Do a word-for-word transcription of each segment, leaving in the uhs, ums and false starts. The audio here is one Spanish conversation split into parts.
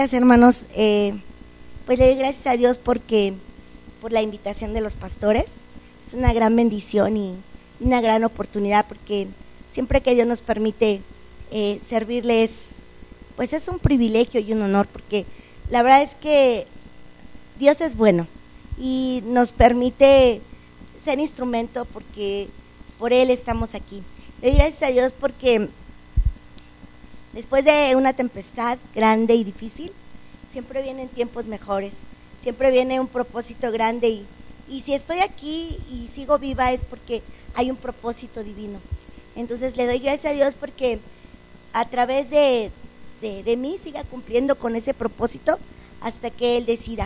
Gracias, hermanos. Eh, pues le doy gracias a Dios porque por la invitación de los pastores. Es una gran bendición y una gran oportunidad, porque siempre que Dios nos permite eh, servirle es, pues es un privilegio y un honor, porque la verdad es que Dios es bueno y nos permite ser instrumento, porque por Él estamos aquí. Le doy gracias a Dios porque después de una tempestad grande y difícil, siempre vienen tiempos mejores, siempre viene un propósito grande, y, y si estoy aquí y sigo viva es porque hay un propósito divino. Entonces le doy gracias a Dios porque a través de, de, de mí siga cumpliendo con ese propósito hasta que Él decida.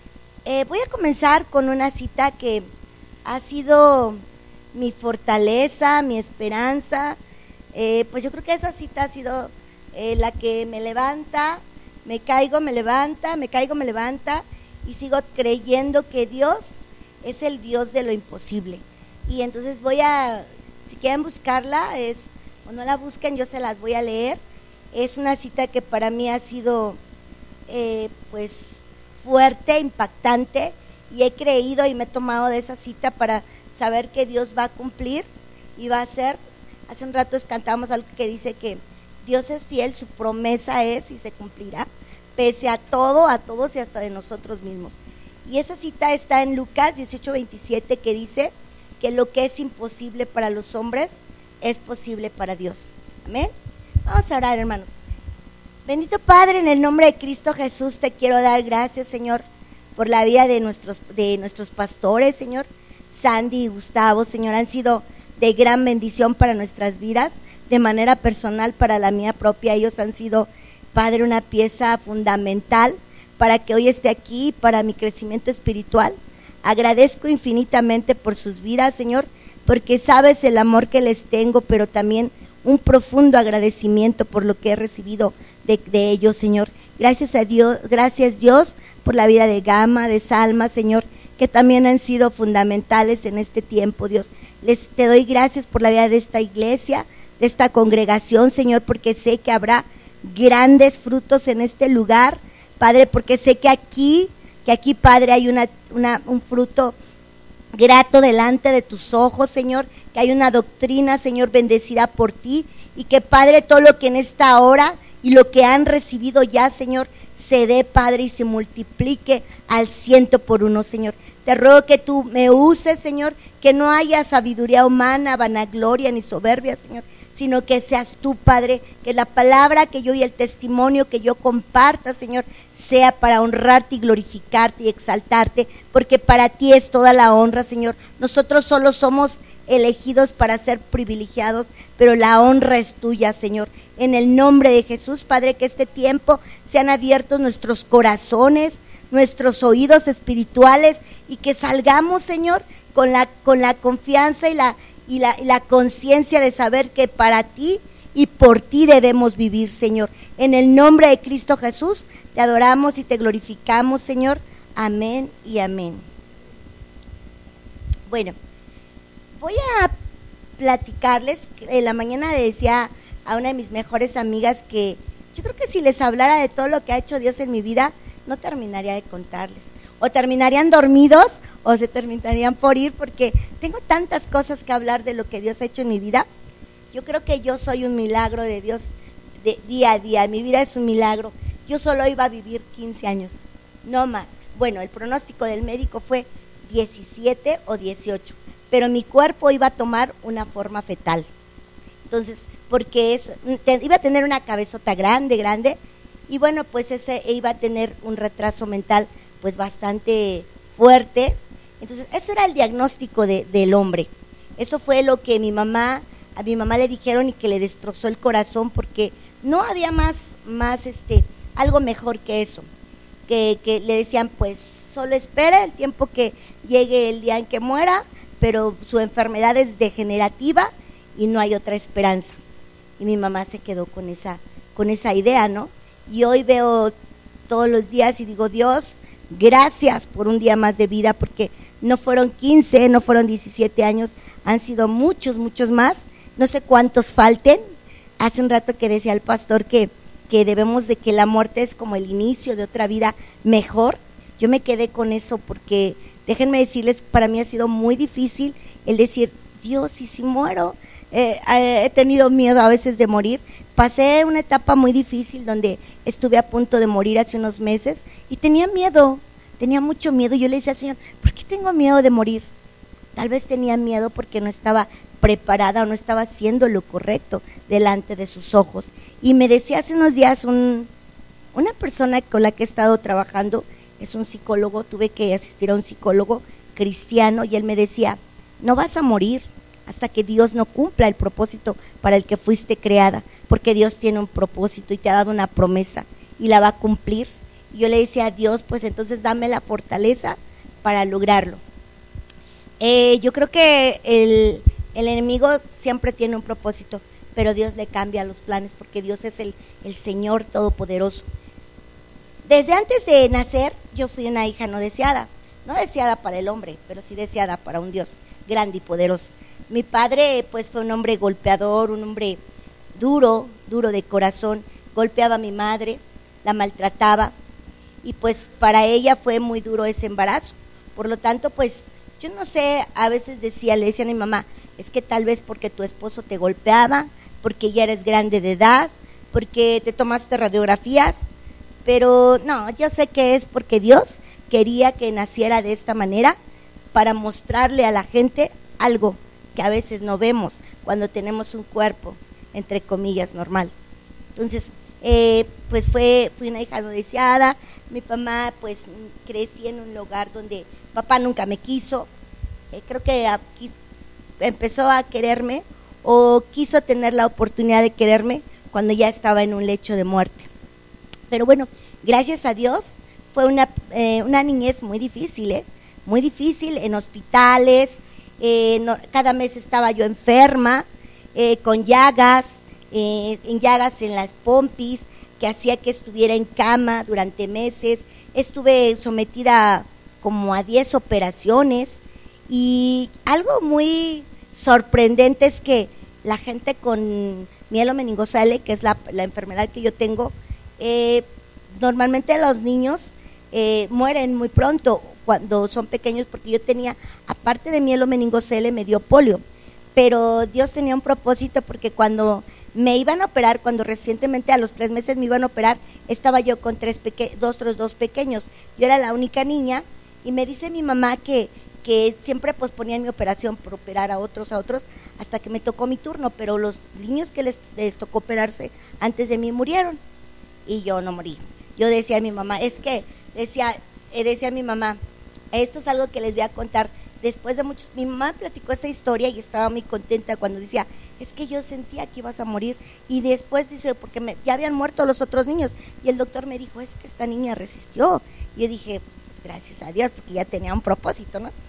Eh, voy a comenzar con una cita que ha sido mi fortaleza, mi esperanza. Eh, pues yo creo que esa cita ha sido eh, la que me levanta, me caigo, me levanta, me caigo, me levanta, y sigo creyendo que Dios es el Dios de lo imposible. Y entonces voy a, si quieren buscarla, es, o no la busquen, yo se las voy a leer. Es una cita que para mí ha sido eh, pues fuerte, impactante, y he creído y me he tomado de esa cita para saber que Dios va a cumplir y va a hacer. Hace un rato cantábamos algo que dice que Dios es fiel, su promesa es y se cumplirá, pese a todo, a todos y hasta de nosotros mismos. Y esa cita está en Lucas dieciocho veintisiete, que dice que lo que es imposible para los hombres es posible para Dios. Amén. Vamos a orar, hermanos. Bendito Padre, en el nombre de Cristo Jesús te quiero dar gracias, Señor, por la vida de nuestros, de nuestros pastores, Señor. Sandy y Gustavo, Señor, han sido de gran bendición para nuestras vidas, de manera personal, para la mía propia. Ellos han sido, Padre, una pieza fundamental para que hoy esté aquí, para mi crecimiento espiritual. Agradezco infinitamente por sus vidas, Señor, porque sabes el amor que les tengo, pero también un profundo agradecimiento por lo que he recibido de, de ellos, Señor. Gracias a Dios, gracias Dios por la vida de Gama, de Salma, Señor, que también han sido fundamentales en este tiempo, Dios. Les te doy gracias por la vida de esta iglesia, de esta congregación, Señor, porque sé que habrá grandes frutos en este lugar, Padre, porque sé que aquí, que aquí, Padre, hay una, una, un fruto grato delante de tus ojos, Señor, que hay una doctrina, Señor, bendecida por ti, y que, Padre, todo lo que en esta hora y lo que han recibido ya, Señor, se dé, Padre, y se multiplique al ciento por uno, Señor. Te ruego que tú me uses, Señor, que no haya sabiduría humana, vanagloria ni soberbia, Señor, sino que seas tú, Padre, que la palabra que yo y el testimonio que yo comparta, Señor, sea para honrarte y glorificarte y exaltarte, porque para ti es toda la honra, Señor. Nosotros solo somos elegidos para ser privilegiados, pero la honra es tuya, Señor. En el nombre de Jesús, Padre, que este tiempo sean abiertos nuestros corazones, nuestros oídos espirituales, y que salgamos, Señor, con la, con la confianza y la y la, y la conciencia de saber que para ti y por ti debemos vivir, Señor. En el nombre de Cristo Jesús te adoramos y te glorificamos, Señor. Amén y amén. Bueno, voy a platicarles. En la mañana le decía a una de mis mejores amigas que yo creo que si les hablara de todo lo que ha hecho Dios en mi vida, no terminaría de contarles. O terminarían dormidos o se terminarían por ir, porque tengo tantas cosas que hablar de lo que Dios ha hecho en mi vida. Yo creo que yo soy un milagro de Dios de día a día. Mi vida es un milagro. Yo solo iba a vivir quince años, no más. Bueno, el pronóstico del médico fue diecisiete o dieciocho, pero mi cuerpo iba a tomar una forma fetal. Entonces, porque eso, iba a tener una cabezota grande, grande, y bueno, pues ese iba a tener un retraso mental pues bastante fuerte. Entonces, eso era el diagnóstico de, del hombre. Eso fue lo que mi mamá, a mi mamá le dijeron y que le destrozó el corazón, porque no había más, más este, algo mejor que eso. Que, que le decían, pues, solo espera el tiempo que llegue el día en que muera, pero su enfermedad es degenerativa y no hay otra esperanza. Y mi mamá se quedó con esa, con esa idea, ¿no? Y hoy veo todos los días y digo, Dios, gracias por un día más de vida, porque no fueron quince, no fueron diecisiete años, han sido muchos, muchos más, no sé cuántos falten. Hace un rato que decía el pastor que que debemos de que la muerte es como el inicio de otra vida mejor. Yo me quedé con eso porque déjenme decirles, para mí ha sido muy difícil el decir, Dios, ¿y si muero? Eh, eh, he tenido miedo a veces de morir. Pasé una etapa muy difícil donde estuve a punto de morir hace unos meses y tenía miedo, tenía mucho miedo. Yo le decía al Señor, ¿por qué tengo miedo de morir? Tal vez tenía miedo porque no estaba preparada o no estaba haciendo lo correcto delante de sus ojos. Y me decía hace unos días un, una persona con la que he estado trabajando, es un psicólogo, tuve que asistir a un psicólogo cristiano y él me decía, no vas a morir hasta que Dios no cumpla el propósito para el que fuiste creada, porque Dios tiene un propósito y te ha dado una promesa y la va a cumplir. Y yo le decía a Dios, pues entonces dame la fortaleza para lograrlo. Eh, yo creo que el, el enemigo siempre tiene un propósito, pero Dios le cambia los planes porque Dios es el, el Señor Todopoderoso. Desde antes de nacer, yo fui una hija no deseada, no deseada para el hombre, pero sí deseada para un Dios grande y poderoso. Mi padre pues fue un hombre golpeador, un hombre duro, duro de corazón, golpeaba a mi madre, la maltrataba y pues para ella fue muy duro ese embarazo. Por lo tanto, pues yo no sé, a veces decía, le decía a mi mamá, es que tal vez porque tu esposo te golpeaba, porque ya eres grande de edad, porque te tomaste radiografías, pero no, yo sé que es porque Dios quería que naciera de esta manera para mostrarle a la gente algo que a veces no vemos cuando tenemos un cuerpo, entre comillas, normal. Entonces, eh, pues fue, fui una hija no deseada, mi mamá pues crecí en un hogar donde papá nunca me quiso, eh, creo que aquí empezó a quererme o quiso tener la oportunidad de quererme cuando ya estaba en un lecho de muerte. Pero bueno, gracias a Dios, fue una, eh, una niñez muy difícil, ¿eh? muy difícil, en hospitales, eh, no, cada mes estaba yo enferma, eh, con llagas, eh, en llagas en las pompis, que hacía que estuviera en cama durante meses. Estuve sometida como a diez operaciones y algo muy sorprendente es que la gente con mielomeningocele, que es la, la enfermedad que yo tengo, eh, normalmente los niños eh, mueren muy pronto cuando son pequeños, porque yo tenía, aparte de mielomeningocele, me dio polio, pero Dios tenía un propósito, porque cuando me iban a operar, cuando recientemente a los tres meses me iban a operar, estaba yo con tres peque- dos, otros dos pequeños, yo era la única niña, y me dice mi mamá que, que siempre posponían mi operación por operar a otros, a otros, hasta que me tocó mi turno, pero los niños que les, les tocó operarse antes de mí murieron, y yo no morí. Yo decía a mi mamá, es que, decía, eh, decía a mi mamá, esto es algo que les voy a contar después de muchos, mi mamá platicó esa historia y estaba muy contenta cuando decía, es que yo sentía que ibas a morir, y después dice, porque me, ya habían muerto los otros niños, y el doctor me dijo, es que esta niña resistió, y yo dije, pues gracias a Dios, porque ya tenía un propósito, ¿no?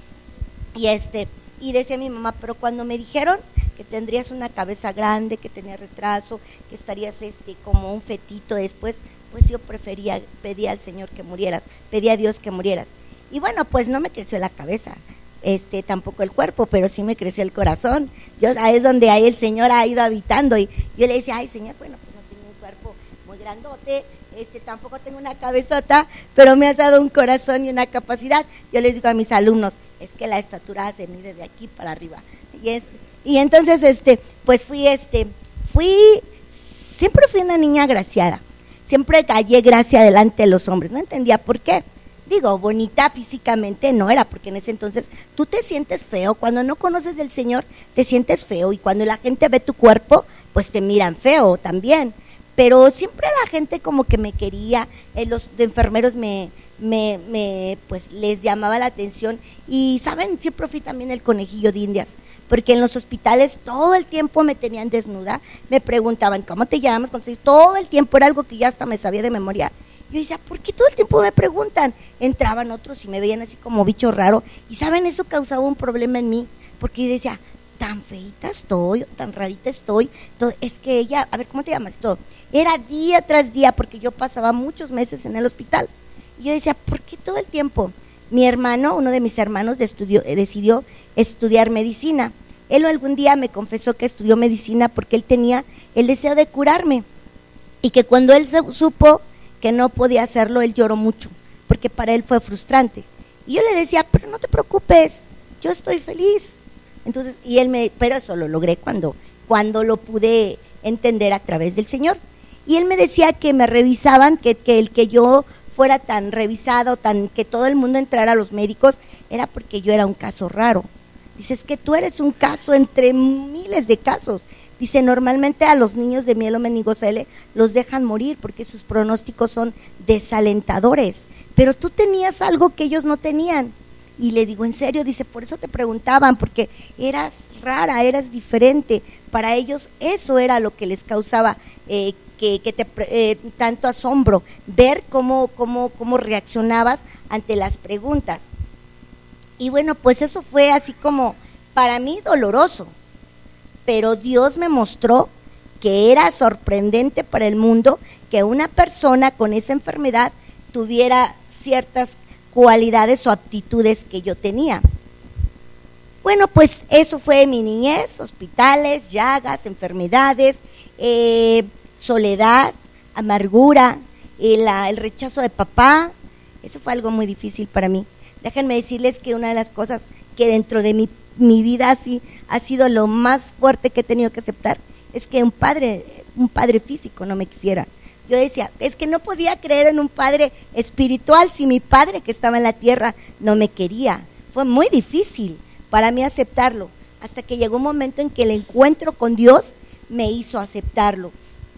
Y este, y decía mi mamá, pero cuando me dijeron que tendrías una cabeza grande, que tenía retraso, que estarías este como un fetito después, pues yo prefería, pedía al Señor que murieras, pedía a Dios que murieras. Y bueno, pues no me creció la cabeza, este tampoco el cuerpo, pero sí me creció el corazón. Yo, ahí es donde ahí el Señor ha ido habitando, y yo le decía, ay Señor, bueno, pues no tengo un cuerpo muy grandote, este tampoco tengo una cabezota, pero me has dado un corazón y una capacidad. Yo les digo a mis alumnos, es que la estatura se mide de aquí para arriba. Y este, y entonces este, pues fui este, fui, siempre fui una niña agraciada, siempre hallé gracia delante de los hombres, no entendía por qué. Digo, bonita físicamente no era, porque en ese entonces tú te sientes feo, cuando no conoces del Señor te sientes feo, y cuando la gente ve tu cuerpo, pues te miran feo también. Pero siempre la gente como que me quería, eh, los de enfermeros me, me, me, pues les llamaba la atención, y saben, siempre fui también el conejillo de Indias, porque en los hospitales todo el tiempo me tenían desnuda, me preguntaban, ¿cómo te llamas? Todo el tiempo era algo que ya hasta me sabía de memoria. Yo decía, ¿por qué todo el tiempo me preguntan? Entraban otros y me veían así como bicho raro, y saben, eso causaba un problema en mí, porque yo decía, tan feita estoy, tan rarita estoy, todo, es que ella, a ver, ¿cómo te llamas? Todo, era día tras día, porque yo pasaba muchos meses en el hospital, y yo decía, ¿por qué todo el tiempo? Mi hermano, uno de mis hermanos de estudio, eh, decidió estudiar medicina. Él algún día me confesó que estudió medicina porque él tenía el deseo de curarme. y que cuando él se, supo que no podía hacerlo, él lloró mucho, porque para él fue frustrante. Y yo le decía, pero no te preocupes, yo estoy feliz. Entonces, y él me, pero eso lo logré cuando, cuando lo pude entender a través del Señor. Y él me decía que me revisaban, que, que el que yo fuera tan revisado, tan que todo el mundo entrara a los médicos, era porque yo era un caso raro. Dice, es que tú eres un caso entre miles de casos. Dice, normalmente a los niños de mielomeningocele los dejan morir porque sus pronósticos son desalentadores, pero tú tenías algo que ellos no tenían. Y le digo, ¿en serio? Dice, por eso te preguntaban, porque eras rara, eras diferente. Para ellos eso era lo que les causaba eh, que, que te, eh, tanto asombro, ver cómo, cómo, cómo reaccionabas ante las preguntas. Y bueno, pues eso fue así como para mí doloroso, pero Dios me mostró que era sorprendente para el mundo que una persona con esa enfermedad tuviera ciertas cualidades o aptitudes que yo tenía. Bueno, pues eso fue mi niñez: hospitales, llagas, enfermedades, eh, soledad, amargura, el, el rechazo de papá. Eso fue algo muy difícil para mí. Déjenme decirles que una de las cosas que dentro de mi, mi vida así ha sido lo más fuerte que he tenido que aceptar es que un padre, un padre físico no me quisiera. Yo decía, es que no podía creer en un padre espiritual si mi padre que estaba en la tierra no me quería. Fue muy difícil para mí aceptarlo, hasta que llegó un momento en que el encuentro con Dios me hizo aceptarlo.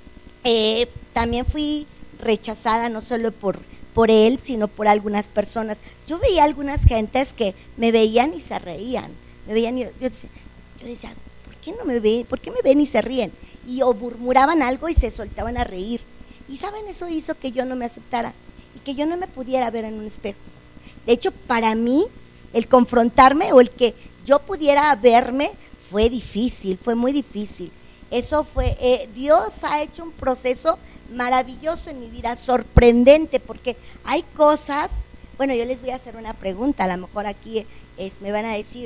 Eh, también fui rechazada no solo por, por él, sino por algunas personas. Yo veía algunas gentes que me veían y se reían. Me veían y yo, yo decía, yo decía, ¿por qué no me ven? ¿Por qué me ven y se ríen? Y o murmuraban algo y se soltaban a reír. Y saben, eso hizo que yo no me aceptara y que yo no me pudiera ver en un espejo. De hecho, para mí, el confrontarme o el que yo pudiera verme fue difícil, fue muy difícil. Eso fue, eh, Dios ha hecho un proceso maravilloso en mi vida, sorprendente, porque hay cosas, bueno, yo les voy a hacer una pregunta, a lo mejor aquí es, me van a decir,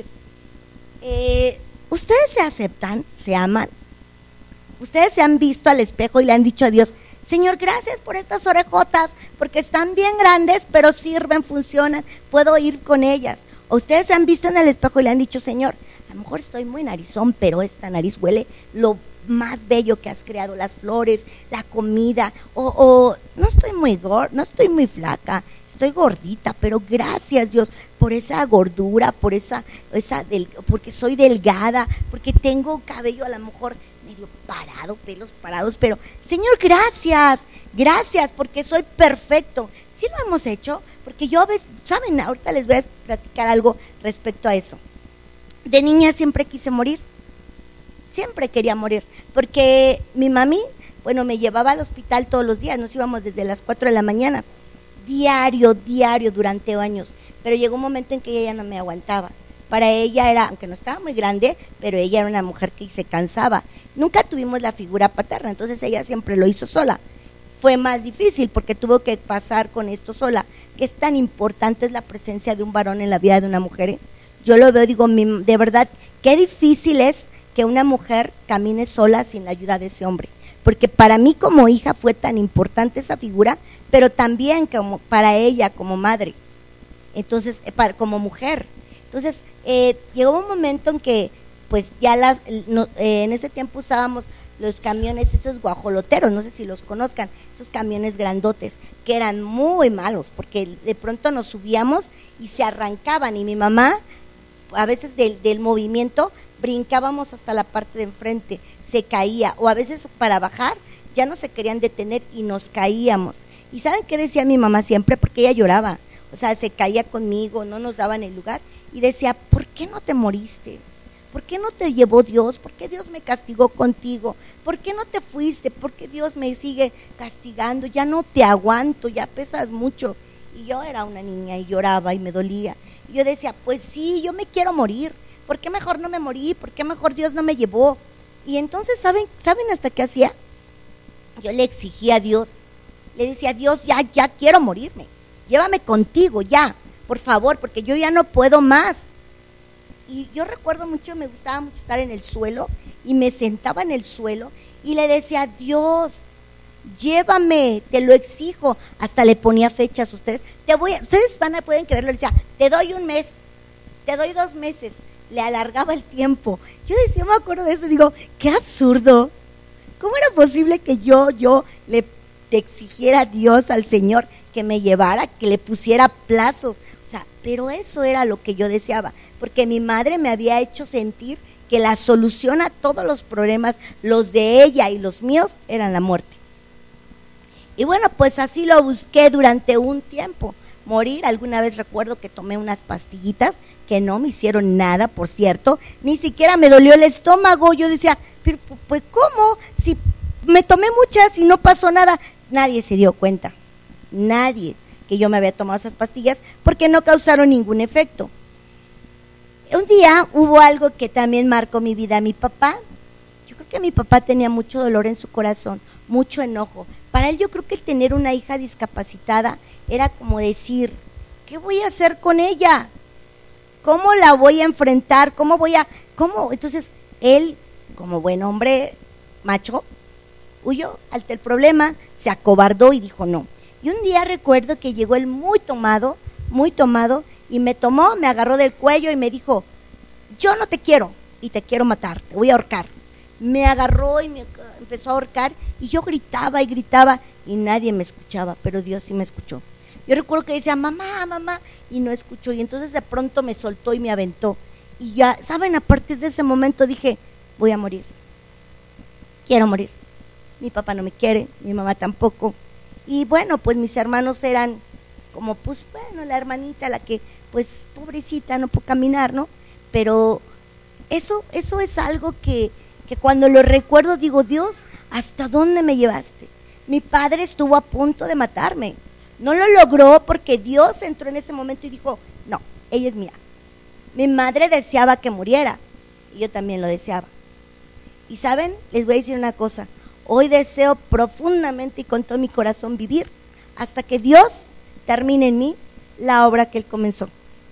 eh, ¿ustedes se aceptan, se aman? ¿Ustedes se han visto al espejo y le han dicho a Dios, Señor, gracias por estas orejotas, porque están bien grandes, pero sirven, funcionan, puedo ir con ellas? ¿O ustedes se han visto en el espejo y le han dicho, Señor, a lo mejor estoy muy narizón, pero esta nariz huele lo más bello que has creado, las flores, la comida, o, o no estoy muy gorda, no estoy muy flaca, estoy gordita, pero gracias Dios por esa gordura, por esa, esa del, porque soy delgada, porque tengo cabello a lo mejor medio parado, pelos parados, pero Señor, gracias, gracias porque soy perfecto. Sí lo hemos hecho, porque yo a veces, saben, ahorita les voy a platicar algo respecto a eso. De niña siempre quise morir, siempre quería morir, porque mi mami, bueno, me llevaba al hospital todos los días, nos íbamos desde las cuatro de la mañana, diario, diario, durante años, pero llegó un momento en que ella ya no me aguantaba. Para ella era, aunque no estaba muy grande, pero ella era una mujer que se cansaba. Nunca tuvimos la figura paterna, entonces ella siempre lo hizo sola. Fue más difícil porque tuvo que pasar con esto sola. ¿Qué es tan importante es la presencia de un varón en la vida de una mujer? ¿eh? Yo lo veo, digo, de verdad, qué difícil es que una mujer camine sola sin la ayuda de ese hombre. Porque para mí como hija fue tan importante esa figura, pero también como para ella como madre. Entonces, para, como mujer. Entonces, eh, llegó un momento en que, pues ya las, no, eh, en ese tiempo usábamos los camiones, esos guajoloteros, no sé si los conozcan, esos camiones grandotes, que eran muy malos, porque de pronto nos subíamos y se arrancaban, y mi mamá, a veces del, del movimiento, brincábamos hasta la parte de enfrente, se caía, o a veces para bajar, ya no se querían detener y nos caíamos. ¿Y saben qué decía mi mamá siempre? Porque ella lloraba. O sea, se caía conmigo, no nos daban el lugar y decía, ¿por qué no te moriste? ¿Por qué no te llevó Dios? ¿Por qué Dios me castigó contigo? ¿Por qué no te fuiste? ¿Por qué Dios me sigue castigando? Ya no te aguanto, ya pesas mucho. Y yo era una niña y lloraba y me dolía. Y yo decía, pues sí, yo me quiero morir. ¿Por qué mejor no me morí? ¿Por qué mejor Dios no me llevó? Y entonces, ¿saben, ¿saben hasta qué hacía? Yo le exigía a Dios. Le decía, Dios, ya, ya quiero morirme. Llévame contigo ya, por favor, porque yo ya no puedo más. Y yo recuerdo mucho, me gustaba mucho estar en el suelo y me sentaba en el suelo y le decía, Dios, llévame, te lo exijo. Hasta le ponía fechas. Ustedes te voy a, ustedes van a pueden creerlo. Le decía, te doy un mes, te doy dos meses. Le alargaba el tiempo. Yo decía, me acuerdo de eso, digo, qué absurdo. ¿Cómo era posible que yo, yo le te exigiera a Dios, al Señor, que me llevara, que le pusiera plazos? O sea, pero eso era lo que yo deseaba, porque mi madre me había hecho sentir que la solución a todos los problemas, los de ella y los míos, eran la muerte. Y bueno, pues así lo busqué durante un tiempo. Morir, alguna vez recuerdo que tomé unas pastillitas que no me hicieron nada, por cierto, ni siquiera me dolió el estómago. Yo decía, pero pues ¿cómo? Si me tomé muchas y no pasó nada. Nadie se dio cuenta, nadie, que yo me había tomado esas pastillas, porque no causaron ningún efecto. Un día hubo algo que también marcó mi vida. Mi papá, yo creo que mi papá tenía mucho dolor en su corazón, mucho enojo. Para él yo creo que tener una hija discapacitada era como decir, ¿qué voy a hacer con ella? ¿Cómo la voy a enfrentar? ¿Cómo voy a...? ¿Cómo? Entonces él, como buen hombre macho, huyó ante el problema, se acobardó y dijo no. Y un día recuerdo que llegó él muy tomado, muy tomado, y me tomó, me agarró del cuello y me dijo, yo no te quiero y te quiero matar, te voy a ahorcar. Me agarró y me empezó a ahorcar y yo gritaba y gritaba y nadie me escuchaba, pero Dios sí me escuchó. Yo recuerdo que decía, mamá, mamá, y no escuchó, y entonces de pronto me soltó y me aventó. Y ya, ¿saben? A partir de ese momento dije, voy a morir, quiero morir. Mi papá no me quiere, mi mamá tampoco. Y bueno, pues mis hermanos eran como, pues bueno, la hermanita, la que, pues pobrecita, no puede caminar, ¿no? Pero eso, eso es algo que, que cuando lo recuerdo digo, Dios, ¿hasta dónde me llevaste? Mi padre estuvo a punto de matarme. No lo logró porque Dios entró en ese momento y dijo, no, ella es mía. Mi madre deseaba que muriera y yo también lo deseaba. Y ¿saben? Les voy a decir una cosa. Hoy deseo profundamente y con todo mi corazón vivir hasta que Dios termine en mí la obra que Él comenzó.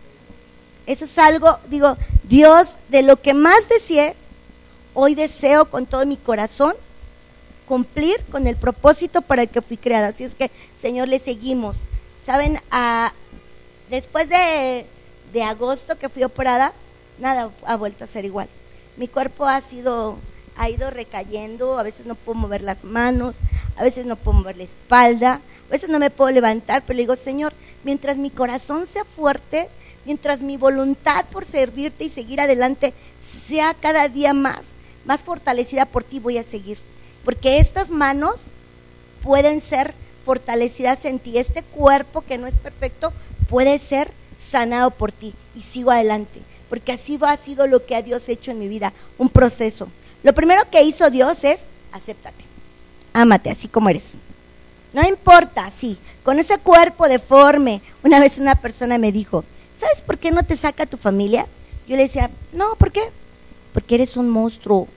Eso es algo, digo, Dios, de lo que más deseé, hoy deseo con todo mi corazón cumplir con el propósito para el que fui creada. Así es que, Señor, le seguimos. ¿Saben? A, después de, de agosto que fui operada, nada ha vuelto a ser igual. Mi cuerpo ha sido... ha ido recayendo, a veces no puedo mover las manos, a veces no puedo mover la espalda, a veces no me puedo levantar, pero le digo, Señor, mientras mi corazón sea fuerte, mientras mi voluntad por servirte y seguir adelante sea cada día más, más fortalecida por ti, voy a seguir, porque estas manos pueden ser fortalecidas en ti, este cuerpo que no es perfecto puede ser sanado por ti, y sigo adelante, porque así ha sido lo que ha Dios hecho en mi vida, un proceso. Lo primero que hizo Dios es, acéptate, ámate así como eres. No importa, sí, con ese cuerpo deforme. Una vez una persona me dijo, ¿sabes por qué no te saca tu familia? Yo le decía, no, ¿por qué? Porque eres un monstruo.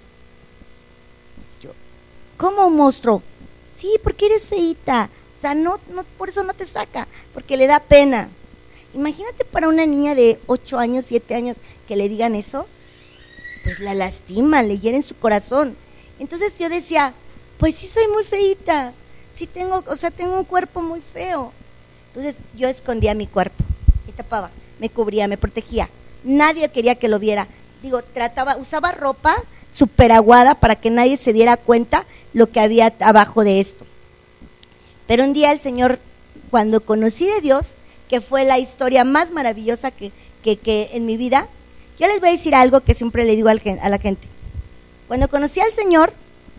Yo, ¿cómo un monstruo? Sí, porque eres feíta. O sea, no, no, por eso no te saca, porque le da pena. Imagínate para una niña de ocho años, siete años, que le digan eso. Pues la lastiman, le hieren su corazón. Entonces yo decía, pues sí soy muy feíta, sí tengo, o sea, tengo un cuerpo muy feo. Entonces yo escondía mi cuerpo, me tapaba, me cubría, me protegía. Nadie quería que lo viera. Digo, trataba, usaba ropa súper aguada para que nadie se diera cuenta lo que había abajo de esto. Pero un día el Señor, cuando conocí de Dios, que fue la historia más maravillosa que, que, que en mi vida, yo les voy a decir algo que siempre le digo a la gente. Cuando conocí al Señor,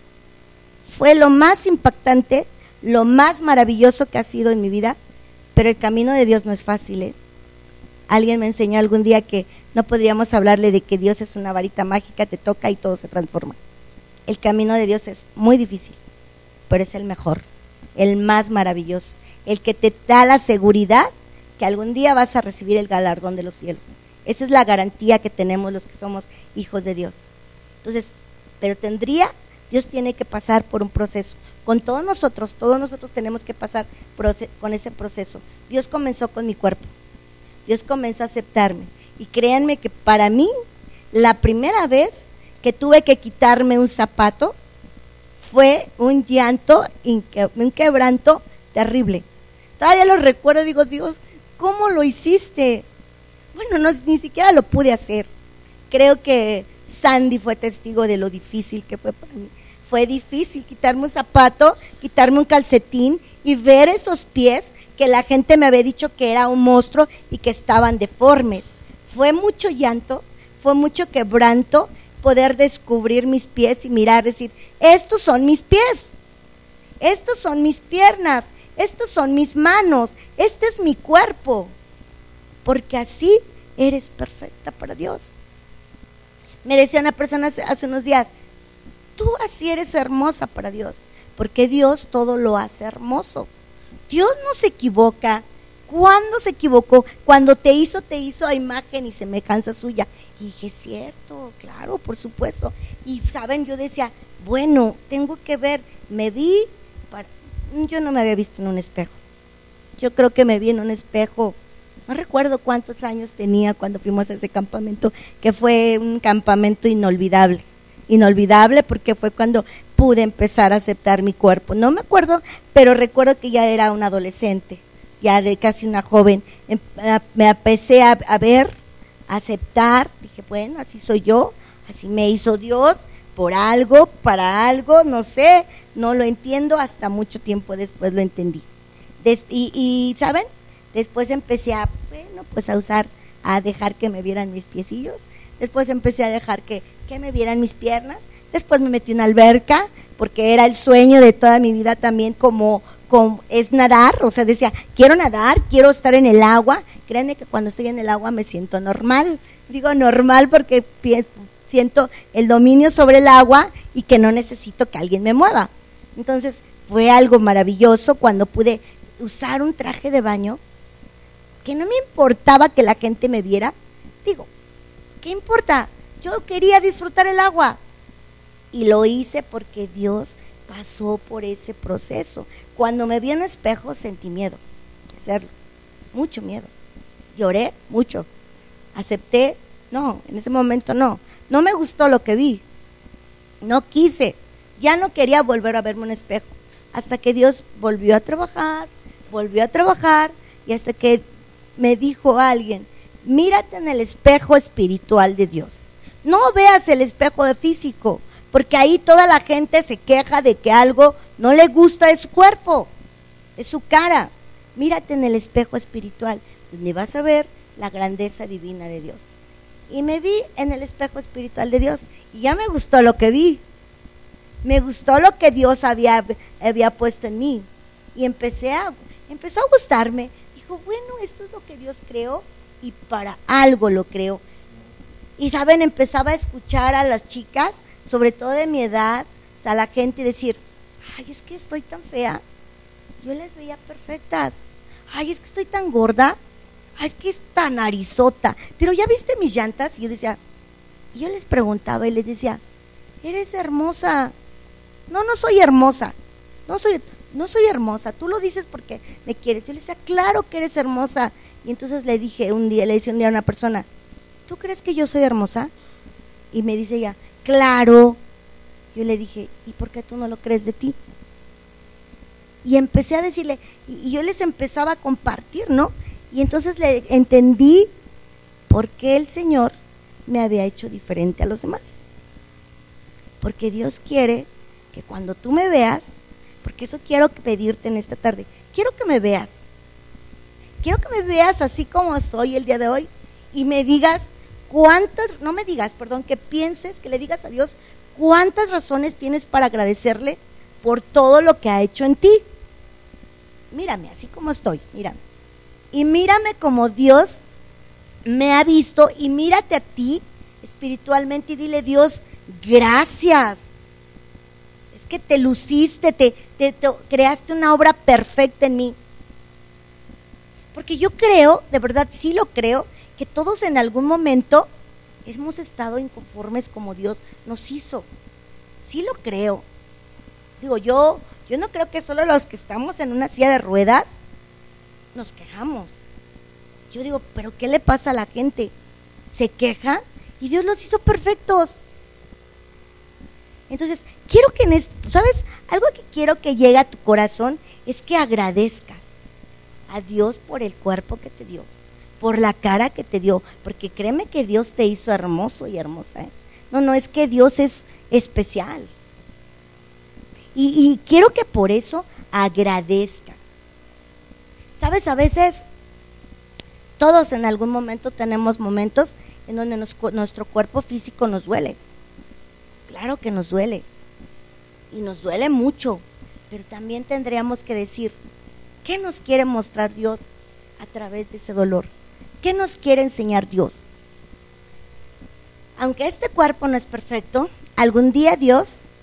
fue lo más impactante, lo más maravilloso que ha sido en mi vida, pero el camino de Dios no es fácil, ¿eh? Alguien me enseñó algún día que no podríamos hablarle de que Dios es una varita mágica, te toca y todo se transforma. El camino de Dios es muy difícil, pero es el mejor, el más maravilloso, el que te da la seguridad que algún día vas a recibir el galardón de los cielos. Esa es la garantía que tenemos los que somos hijos de Dios. Entonces, pero tendría, Dios tiene que pasar por un proceso. Con todos nosotros, todos nosotros tenemos que pasar con ese proceso. Dios comenzó con mi cuerpo. Dios comenzó a aceptarme. Y créanme que para mí, la primera vez que tuve que quitarme un zapato, fue un llanto, un quebranto terrible. Todavía lo recuerdo, digo, Dios, ¿cómo lo hiciste? Bueno, no, ni siquiera lo pude hacer. Creo que Sandy fue testigo de lo difícil que fue para mí. Fue difícil quitarme un zapato, quitarme un calcetín y ver esos pies que la gente me había dicho que era un monstruo y que estaban deformes. Fue mucho llanto, fue mucho quebranto poder descubrir mis pies y mirar, decir, estos son mis pies, estos son mis piernas, estas son mis manos, este es mi cuerpo, porque así eres perfecta para Dios. Me decía una persona hace, hace unos días, tú así eres hermosa para Dios, porque Dios todo lo hace hermoso. Dios no se equivoca. ¿Cuándo se equivocó? Cuando te hizo, te hizo a imagen y semejanza suya. Y dije, cierto, claro, por supuesto. Y saben, yo decía, bueno, tengo que ver, me vi, para... yo no me había visto en un espejo. Yo creo que me vi en un espejo, no recuerdo cuántos años tenía cuando fuimos a ese campamento, que fue un campamento inolvidable. Inolvidable porque fue cuando pude empezar a aceptar mi cuerpo. No me acuerdo, pero recuerdo que ya era una adolescente, ya de casi una joven. Me empecé a, a ver, a aceptar, dije, bueno, así soy yo, así me hizo Dios, por algo, para algo, no sé, no lo entiendo, hasta mucho tiempo después lo entendí. Des, y, y, ¿saben? Después empecé a, bueno, pues a usar, a dejar que me vieran mis piecillos. Después empecé a dejar que, que me vieran mis piernas. Después me metí en una alberca, porque era el sueño de toda mi vida también, como, como es nadar. O sea, decía, quiero nadar, quiero estar en el agua. Créanme que cuando estoy en el agua me siento normal. Digo normal porque pi- siento el dominio sobre el agua y que no necesito que alguien me mueva. Entonces fue algo maravilloso cuando pude usar un traje de baño que no me importaba que la gente me viera. Digo, ¿qué importa? Yo quería disfrutar el agua. Y lo hice porque Dios pasó por ese proceso. Cuando me vi en un espejo sentí miedo de hacerlo, mucho miedo. Lloré mucho. Acepté, no, en ese momento no. No me gustó lo que vi. No quise. Ya no quería volver a verme en un espejo. Hasta que Dios volvió a trabajar, volvió a trabajar, y hasta que me dijo alguien, mírate en el espejo espiritual de Dios. No veas el espejo de físico, porque ahí toda la gente se queja de que algo no le gusta de su cuerpo, de su cara. Mírate en el espejo espiritual, donde vas a ver la grandeza divina de Dios. Y me vi en el espejo espiritual de Dios, y ya me gustó lo que vi. Me gustó lo que Dios había, había puesto en mí. Y empecé a, empezó a gustarme. Dijo, bueno, esto es lo que Dios creó, y para algo lo creó. Y saben, empezaba a escuchar a las chicas, sobre todo de mi edad, o sea, a la gente, y decir, ay, es que estoy tan fea. Yo les veía perfectas. Ay, es que estoy tan gorda. Ay, es que es tan narizota. Pero ya viste mis llantas. Y yo decía, y yo les preguntaba y les decía, eres hermosa. No, no soy hermosa. No soy, no soy hermosa. Tú lo dices porque me quieres. Yo le decía, claro que eres hermosa. Y entonces le dije un día, le decía un día a una persona, ¿tú crees que yo soy hermosa? Y me dice ella, claro. Yo le dije, ¿y por qué tú no lo crees de ti? Y empecé a decirle, y, y yo les empezaba a compartir, ¿no? Y entonces le entendí por qué el Señor me había hecho diferente a los demás. Porque Dios quiere que cuando tú me veas, porque eso quiero pedirte en esta tarde, quiero que me veas. Quiero que me veas así como soy el día de hoy y me digas cuántas, no me digas, perdón, que pienses, que le digas a Dios cuántas razones tienes para agradecerle por todo lo que ha hecho en ti. Mírame así como estoy, mírame. Y mírame como Dios me ha visto, y mírate a ti espiritualmente y dile, Dios, gracias. Es que te luciste, te, te, te creaste una obra perfecta en mí. Porque yo creo, de verdad, sí lo creo, que todos en algún momento hemos estado inconformes como Dios nos hizo. Sí lo creo. Digo, yo, yo no creo que solo los que estamos en una silla de ruedas nos quejamos. Yo digo, ¿pero qué le pasa a la gente? Se queja y Dios los hizo perfectos. Entonces, quiero que en esto, ¿sabes? Algo que quiero que llegue a tu corazón es que agradezcas a Dios por el cuerpo que te dio, por la cara que te dio, porque créeme que Dios te hizo hermoso y hermosa, ¿eh? No, no, es que Dios es especial. Y, y quiero que por eso agradezcas. ¿Sabes? A veces todos en algún momento tenemos momentos en donde nos, nuestro cuerpo físico nos duele. Claro que nos duele. Y nos duele mucho. Pero también tendríamos que decir, ¿qué nos quiere mostrar Dios a través de ese dolor? ¿Qué nos quiere enseñar Dios? Aunque este cuerpo no es perfecto, algún día Dios,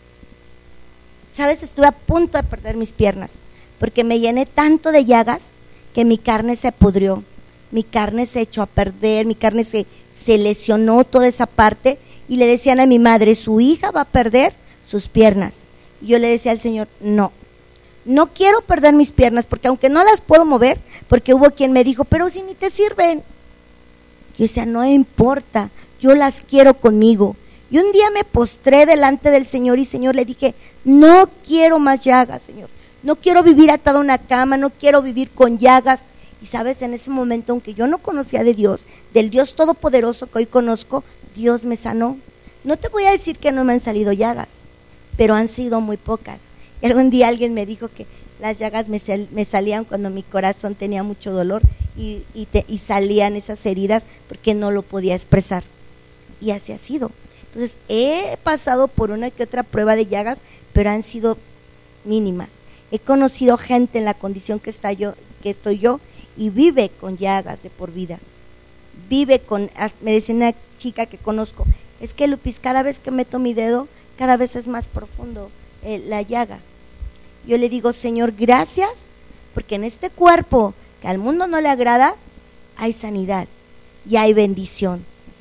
¿sabes? Estuve a punto de perder mis piernas, porque me llené tanto de llagas que mi carne se pudrió, mi carne se echó a perder, mi carne se, se lesionó toda esa parte, y le decían a mi madre, su hija va a perder sus piernas. Y yo le decía al Señor, no, no quiero perder mis piernas, porque aunque no las puedo mover, porque hubo quien me dijo, pero si ni te sirven. Yo decía, no importa, yo las quiero conmigo. Y un día me postré delante del Señor y Señor le dije, no quiero más llagas, Señor. No quiero vivir atada a una cama, no quiero vivir con llagas. Y sabes, en ese momento, aunque yo no conocía de Dios, del Dios todopoderoso que hoy conozco, Dios me sanó. No te voy a decir que no me han salido llagas, pero han sido muy pocas. Y algún día alguien me dijo que las llagas me, sal, me salían cuando mi corazón tenía mucho dolor y, y, te, y salían esas heridas porque no lo podía expresar. Y así ha sido. Entonces, he pasado por una que otra prueba de llagas, pero han sido mínimas. He conocido gente en la condición que, está yo, que estoy yo y vive con llagas de por vida. Vive con, me decía una chica que conozco, es que Lupis, cada vez que meto mi dedo, cada vez es más profundo eh, la llaga. Yo le digo, Señor, gracias, porque en este cuerpo que al mundo no le agrada, hay sanidad y hay bendición.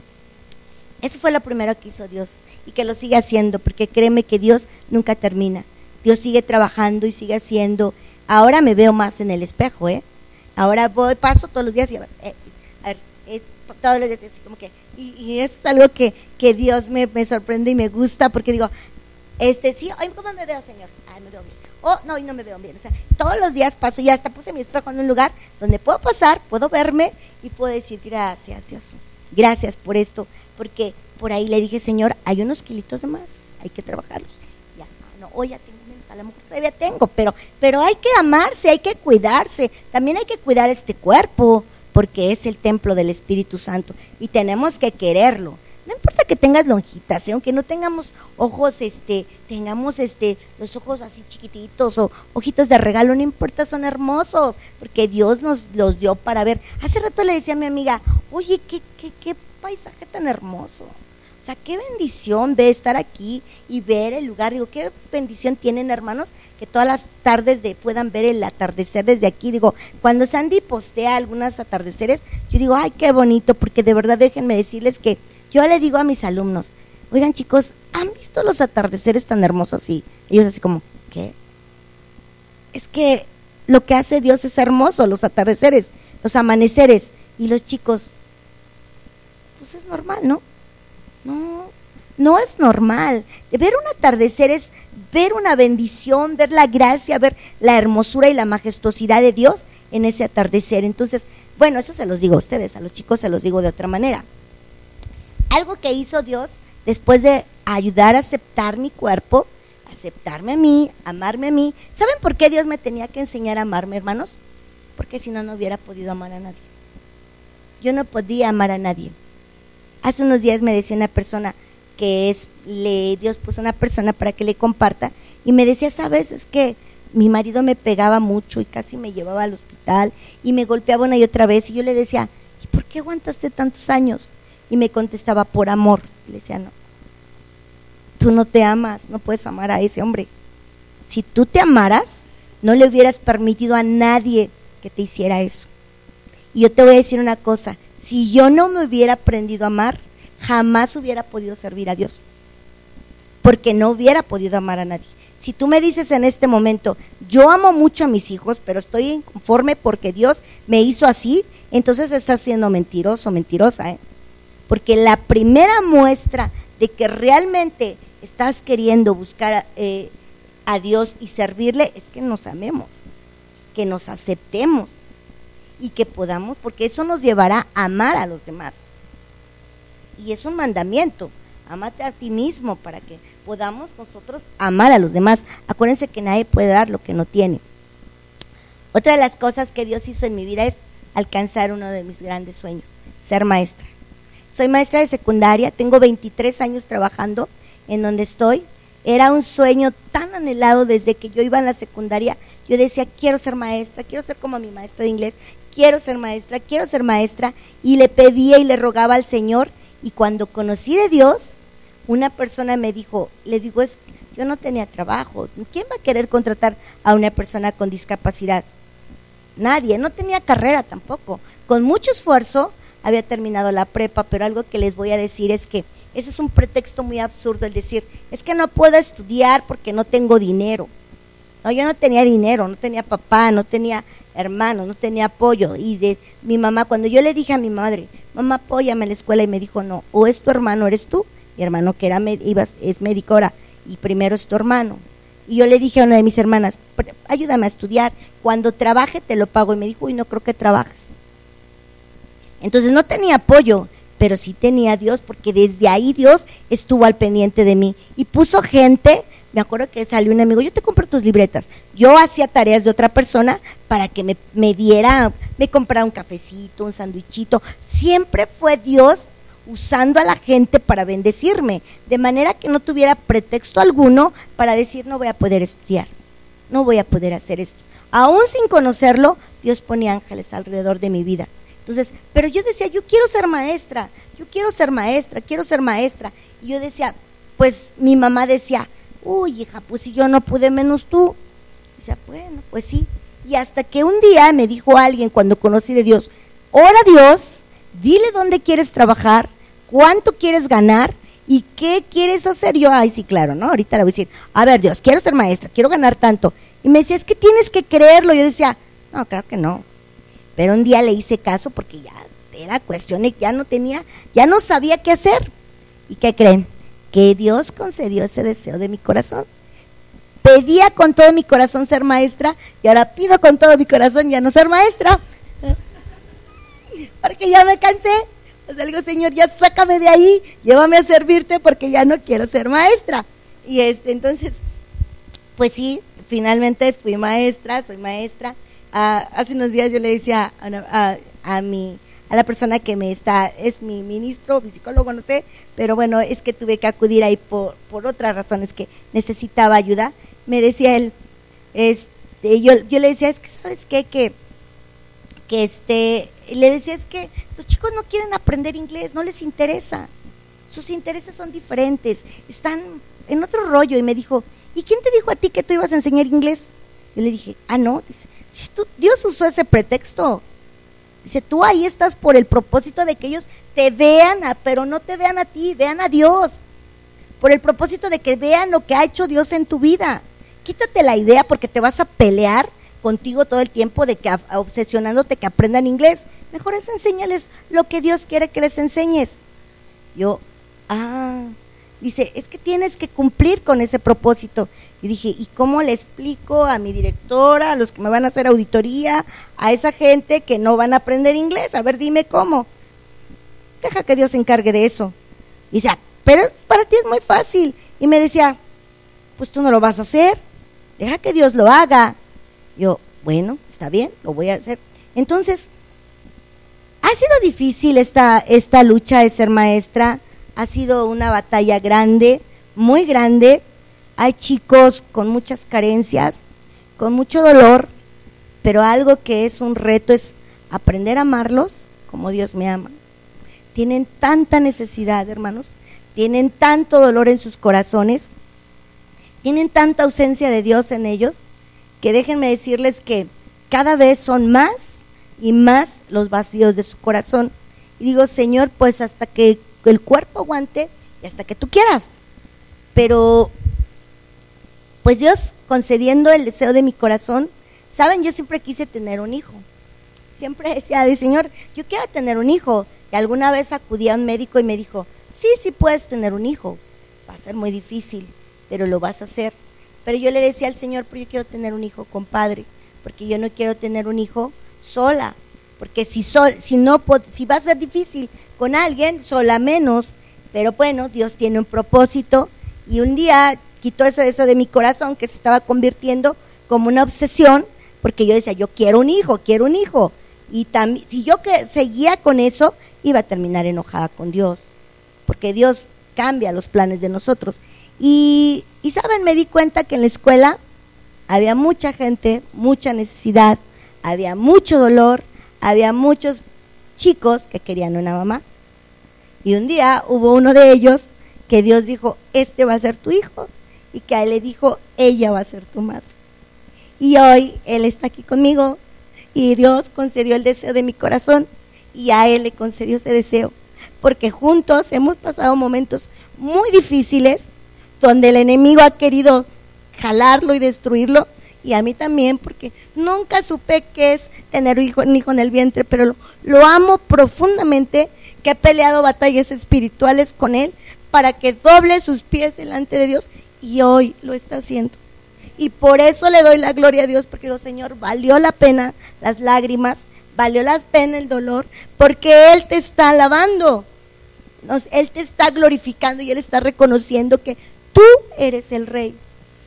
Eso fue lo primero que hizo Dios y que lo sigue haciendo, porque créeme que Dios nunca termina. Dios sigue trabajando y sigue haciendo. Ahora me veo más en el espejo, ¿eh? Ahora voy, paso todos los días y a ver, eh, a ver es, todos los días así como que, y, y eso es algo que, que Dios me, me sorprende y me gusta, porque digo, este sí, ay, ¿cómo me veo, Señor? Ay, me veo bien. Oh, no, y no me veo bien. O sea, todos los días paso y hasta puse mi espejo en un lugar donde puedo pasar, puedo verme y puedo decir, gracias, Dios. Gracias por esto, porque por ahí le dije, Señor, hay unos kilitos de más, hay que trabajarlos. Ya, no, hoy ya tengo menos, a lo mejor todavía tengo, pero, pero hay que amarse, hay que cuidarse. También hay que cuidar este cuerpo, porque es el templo del Espíritu Santo y tenemos que quererlo. No importa que tengas lonjitas, ¿eh? Aunque no tengamos ojos, este, tengamos este, los ojos así chiquititos o ojitos de regalo, no importa, son hermosos, porque Dios nos los dio para ver. Hace rato le decía a mi amiga, oye, qué, qué, qué paisaje tan hermoso. O sea, qué bendición de estar aquí y ver el lugar. Digo, qué bendición tienen, hermanos, que todas las tardes de, puedan ver el atardecer desde aquí. Digo, cuando Sandy postea algunos atardeceres, yo digo, ay, qué bonito, porque de verdad déjenme decirles que yo le digo a mis alumnos, oigan chicos, ¿han visto los atardeceres tan hermosos? Y ellos así como, ¿qué? Es que lo que hace Dios es hermoso, los atardeceres, los amaneceres. Y los chicos, pues es normal, ¿no? No, no es normal. Ver un atardecer es ver una bendición, ver la gracia, ver la hermosura y la majestuosidad de Dios en ese atardecer. Entonces, bueno, eso se los digo a ustedes, a los chicos se los digo de otra manera. Algo que hizo Dios después de ayudar a aceptar mi cuerpo, aceptarme a mí, amarme a mí. ¿Saben por qué Dios me tenía que enseñar a amarme, hermanos? Porque si no, no hubiera podido amar a nadie. Yo no podía amar a nadie. Hace unos días me decía una persona que es, le, Dios puso una persona para que le comparta y me decía, ¿sabes? Es que mi marido me pegaba mucho y casi me llevaba al hospital y me golpeaba una y otra vez y yo le decía, ¿y por qué aguantaste tantos años? Y me contestaba, por amor. Le decía, no, tú no te amas, no puedes amar a ese hombre. Si tú te amaras, no le hubieras permitido a nadie que te hiciera eso. Y yo te voy a decir una cosa, si yo no me hubiera aprendido a amar, jamás hubiera podido servir a Dios, porque no hubiera podido amar a nadie. Si tú me dices en este momento, yo amo mucho a mis hijos, pero estoy inconforme porque Dios me hizo así, entonces estás siendo mentiroso, mentirosa, ¿eh? Porque la primera muestra de que realmente estás queriendo buscar eh, a Dios y servirle, es que nos amemos, que nos aceptemos y que podamos, porque eso nos llevará a amar a los demás. Y es un mandamiento, ámate a ti mismo para que podamos nosotros amar a los demás. Acuérdense que nadie puede dar lo que no tiene. Otra de las cosas que Dios hizo en mi vida es alcanzar uno de mis grandes sueños, ser maestra. Soy maestra de secundaria, tengo veintitrés años trabajando en donde estoy. Era un sueño tan anhelado desde que yo iba a la secundaria. Yo decía, quiero ser maestra, quiero ser como mi maestra de inglés, quiero ser maestra, quiero ser maestra. Y le pedía y le rogaba al Señor. Y cuando conocí de Dios, una persona me dijo, le digo, es yo no tenía trabajo. ¿Quién va a querer contratar a una persona con discapacidad? Nadie, no tenía carrera tampoco. Con mucho esfuerzo había terminado la prepa, pero algo que les voy a decir es que ese es un pretexto muy absurdo, el decir, es que no puedo estudiar porque no tengo dinero. No, yo no tenía dinero, no tenía papá, no tenía hermanos, no tenía apoyo. Y de mi mamá, cuando yo le dije a mi madre, mamá, apóyame a la escuela, y me dijo, no, o es tu hermano, eres tú. Mi hermano que era iba, es médico ahora, y primero es tu hermano. Y yo le dije a una de mis hermanas, ayúdame a estudiar, cuando trabaje te lo pago. Y me dijo, uy, no creo que trabajes. Entonces no tenía apoyo, pero sí tenía a Dios, porque desde ahí Dios estuvo al pendiente de mí. Y puso gente, me acuerdo que salió un amigo, yo te compro tus libretas. Yo hacía tareas de otra persona para que me, me diera, me comprara un cafecito, un sandwichito. Siempre fue Dios usando a la gente para bendecirme, de manera que no tuviera pretexto alguno para decir no voy a poder estudiar, no voy a poder hacer esto. Aún sin conocerlo, Dios ponía ángeles alrededor de mi vida. Entonces, pero yo decía, yo quiero ser maestra, yo quiero ser maestra, quiero ser maestra. Y yo decía, pues mi mamá decía, uy, hija, pues si yo no pude menos tú. Y decía, bueno, pues sí. Y hasta que un día me dijo alguien cuando conocí de Dios, ora a Dios, dile dónde quieres trabajar, cuánto quieres ganar y qué quieres hacer. Yo, ay, sí, claro, ¿no? Ahorita le voy a decir, a ver, Dios, quiero ser maestra, quiero ganar tanto. Y me decía, es que tienes que creerlo. Yo decía, no, claro que no. Pero un día le hice caso porque ya era cuestión de que ya no tenía, ya no sabía qué hacer. ¿Y qué creen? Que Dios concedió ese deseo de mi corazón. Pedía con todo mi corazón ser maestra y ahora pido con todo mi corazón ya no ser maestra. Porque ya me cansé. O sea, le digo, Señor, ya sácame de ahí, llévame a servirte porque ya no quiero ser maestra. Y este, entonces, pues sí, finalmente fui maestra, soy maestra. Uh, hace unos días yo le decía a, a, a mi a la persona que me está, es mi ministro, mi psicólogo, no sé, pero bueno, es que tuve que acudir ahí por, por otras razones que necesitaba ayuda. Me decía él, este, yo, yo le decía, es que ¿sabes qué? Que, que este, le decía, es que los chicos no quieren aprender inglés, no les interesa, sus intereses son diferentes, están en otro rollo. Y me dijo, ¿y quién te dijo a ti que tú ibas a enseñar inglés? Yo le dije, ah, no, dice, Dios usó ese pretexto. Dice, tú ahí estás por el propósito de que ellos te vean, pero no te vean a ti, vean a Dios. Por el propósito de que vean lo que ha hecho Dios en tu vida. Quítate la idea porque te vas a pelear contigo todo el tiempo de que obsesionándote que aprendan inglés. Mejor es enséñales lo que Dios quiere que les enseñes. Yo, ah, dice, es que tienes que cumplir con ese propósito. Yo dije, ¿y cómo le explico a mi directora, a los que me van a hacer auditoría, a esa gente que no van a aprender inglés? A ver, dime cómo. Deja que Dios se encargue de eso. Y dice, pero para ti es muy fácil. Y me decía, pues tú no lo vas a hacer, deja que Dios lo haga. Yo, bueno, está bien, lo voy a hacer. Entonces, ha sido difícil esta, esta lucha de ser maestra. Ha sido una batalla grande, muy grande. Hay chicos con muchas carencias, con mucho dolor, pero algo que es un reto es aprender a amarlos como Dios me ama. Tienen tanta necesidad, hermanos, tienen tanto dolor en sus corazones, tienen tanta ausencia de Dios en ellos, que déjenme decirles que cada vez son más y más los vacíos de su corazón. Y digo, Señor, pues hasta que el cuerpo aguante y hasta que tú quieras. Pero pues Dios concediendo el deseo de mi corazón, saben, yo siempre quise tener un hijo. Siempre decía, de Señor, yo quiero tener un hijo. Y alguna vez acudí a un médico y me dijo, sí, sí puedes tener un hijo, va a ser muy difícil, pero lo vas a hacer. Pero yo le decía al Señor, pero yo quiero tener un hijo con padre, porque yo no quiero tener un hijo sola, porque si, sol, si, no, si va a ser difícil con alguien, sola menos. Pero bueno, Dios tiene un propósito, y un día quitó eso, eso de mi corazón, que se estaba convirtiendo como una obsesión, porque yo decía, yo quiero un hijo, quiero un hijo. Y también, si yo que seguía con eso, iba a terminar enojada con Dios, porque Dios cambia los planes de nosotros. Y, y saben, me di cuenta que en la escuela había mucha gente, mucha necesidad, había mucho dolor, había muchos chicos que querían una mamá. Y un día hubo uno de ellos que Dios dijo, este va a ser tu hijo, y que a él le dijo, ella va a ser tu madre. Y hoy él está aquí conmigo, y Dios concedió el deseo de mi corazón, y a él le concedió ese deseo, porque juntos hemos pasado momentos muy difíciles, donde el enemigo ha querido jalarlo y destruirlo, y a mí también, porque nunca supe qué es tener un hijo, un hijo en el vientre, pero lo, lo amo profundamente, que he peleado batallas espirituales con él, para que doble sus pies delante de Dios, y hoy lo está haciendo. Y por eso le doy la gloria a Dios, porque digo, Señor, valió la pena las lágrimas, valió la pena el dolor, porque Él te está alabando, Nos, Él te está glorificando, y Él está reconociendo que tú eres el Rey.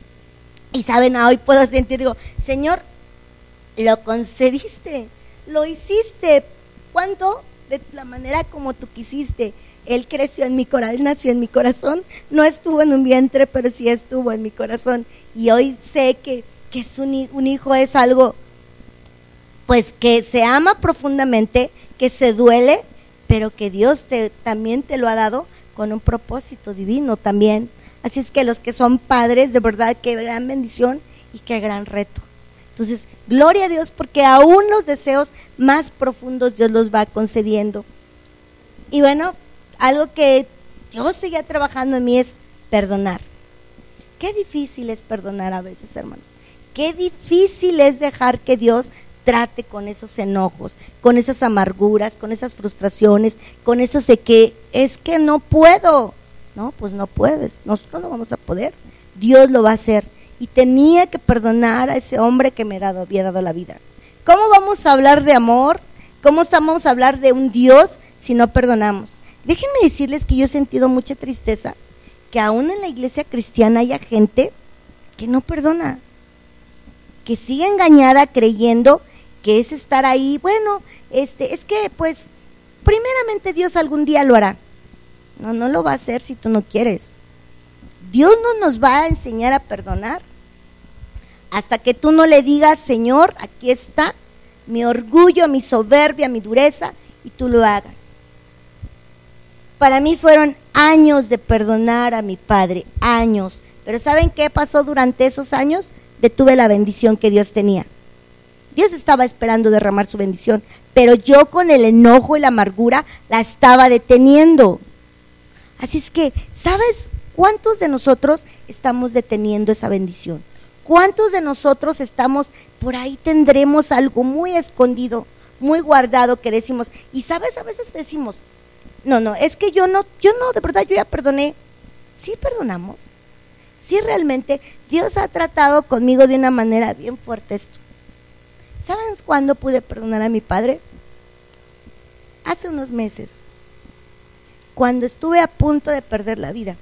Y saben, hoy puedo sentir, digo, Señor, lo concediste, lo hiciste, ¿cuánto? De la manera como tú quisiste. Él creció en mi corazón, él nació en mi corazón, no estuvo en un vientre, pero sí estuvo en mi corazón. Y hoy sé que, que es un, un hijo es algo, pues que se ama profundamente, que se duele, pero que Dios te, también te lo ha dado con un propósito divino también. Así es que los que son padres, de verdad, qué gran bendición y qué gran reto. Entonces, gloria a Dios, porque aún los deseos más profundos Dios los va concediendo. Y bueno, algo que Dios seguía trabajando en mí es perdonar. Qué difícil es perdonar a veces, hermanos. Qué difícil es dejar que Dios trate con esos enojos, con esas amarguras, con esas frustraciones, con eso de que es que no puedo. No, pues no puedes, nosotros no vamos a poder. Dios lo va a hacer. Y tenía que perdonar a ese hombre que me dado, había dado la vida. ¿Cómo vamos a hablar de amor? ¿Cómo vamos a hablar de un Dios si no perdonamos? Déjenme decirles que yo he sentido mucha tristeza, que aún en la iglesia cristiana haya gente que no perdona, que sigue engañada creyendo que es estar ahí. Bueno, este, es que pues primeramente Dios algún día lo hará. No, no lo va a hacer si tú no quieres. Dios no nos va a enseñar a perdonar hasta que tú no le digas, Señor, aquí está mi orgullo, mi soberbia, mi dureza, y tú lo hagas. Para mí fueron años de perdonar a mi padre, años. Pero ¿saben qué pasó durante esos años? Detuve la bendición que Dios tenía. Dios estaba esperando derramar su bendición, pero yo con el enojo y la amargura la estaba deteniendo. Así es que, ¿sabes cuántos de nosotros estamos deteniendo esa bendición? ¿Cuántos de nosotros estamos, por ahí tendremos algo muy escondido, muy guardado que decimos? Y sabes, a veces decimos, no, no, es que yo no, yo no, de verdad yo ya perdoné. Sí perdonamos. Sí, realmente Dios ha tratado conmigo de una manera bien fuerte esto. ¿Saben cuándo pude perdonar a mi padre? Hace unos meses, cuando estuve a punto de perder la vida.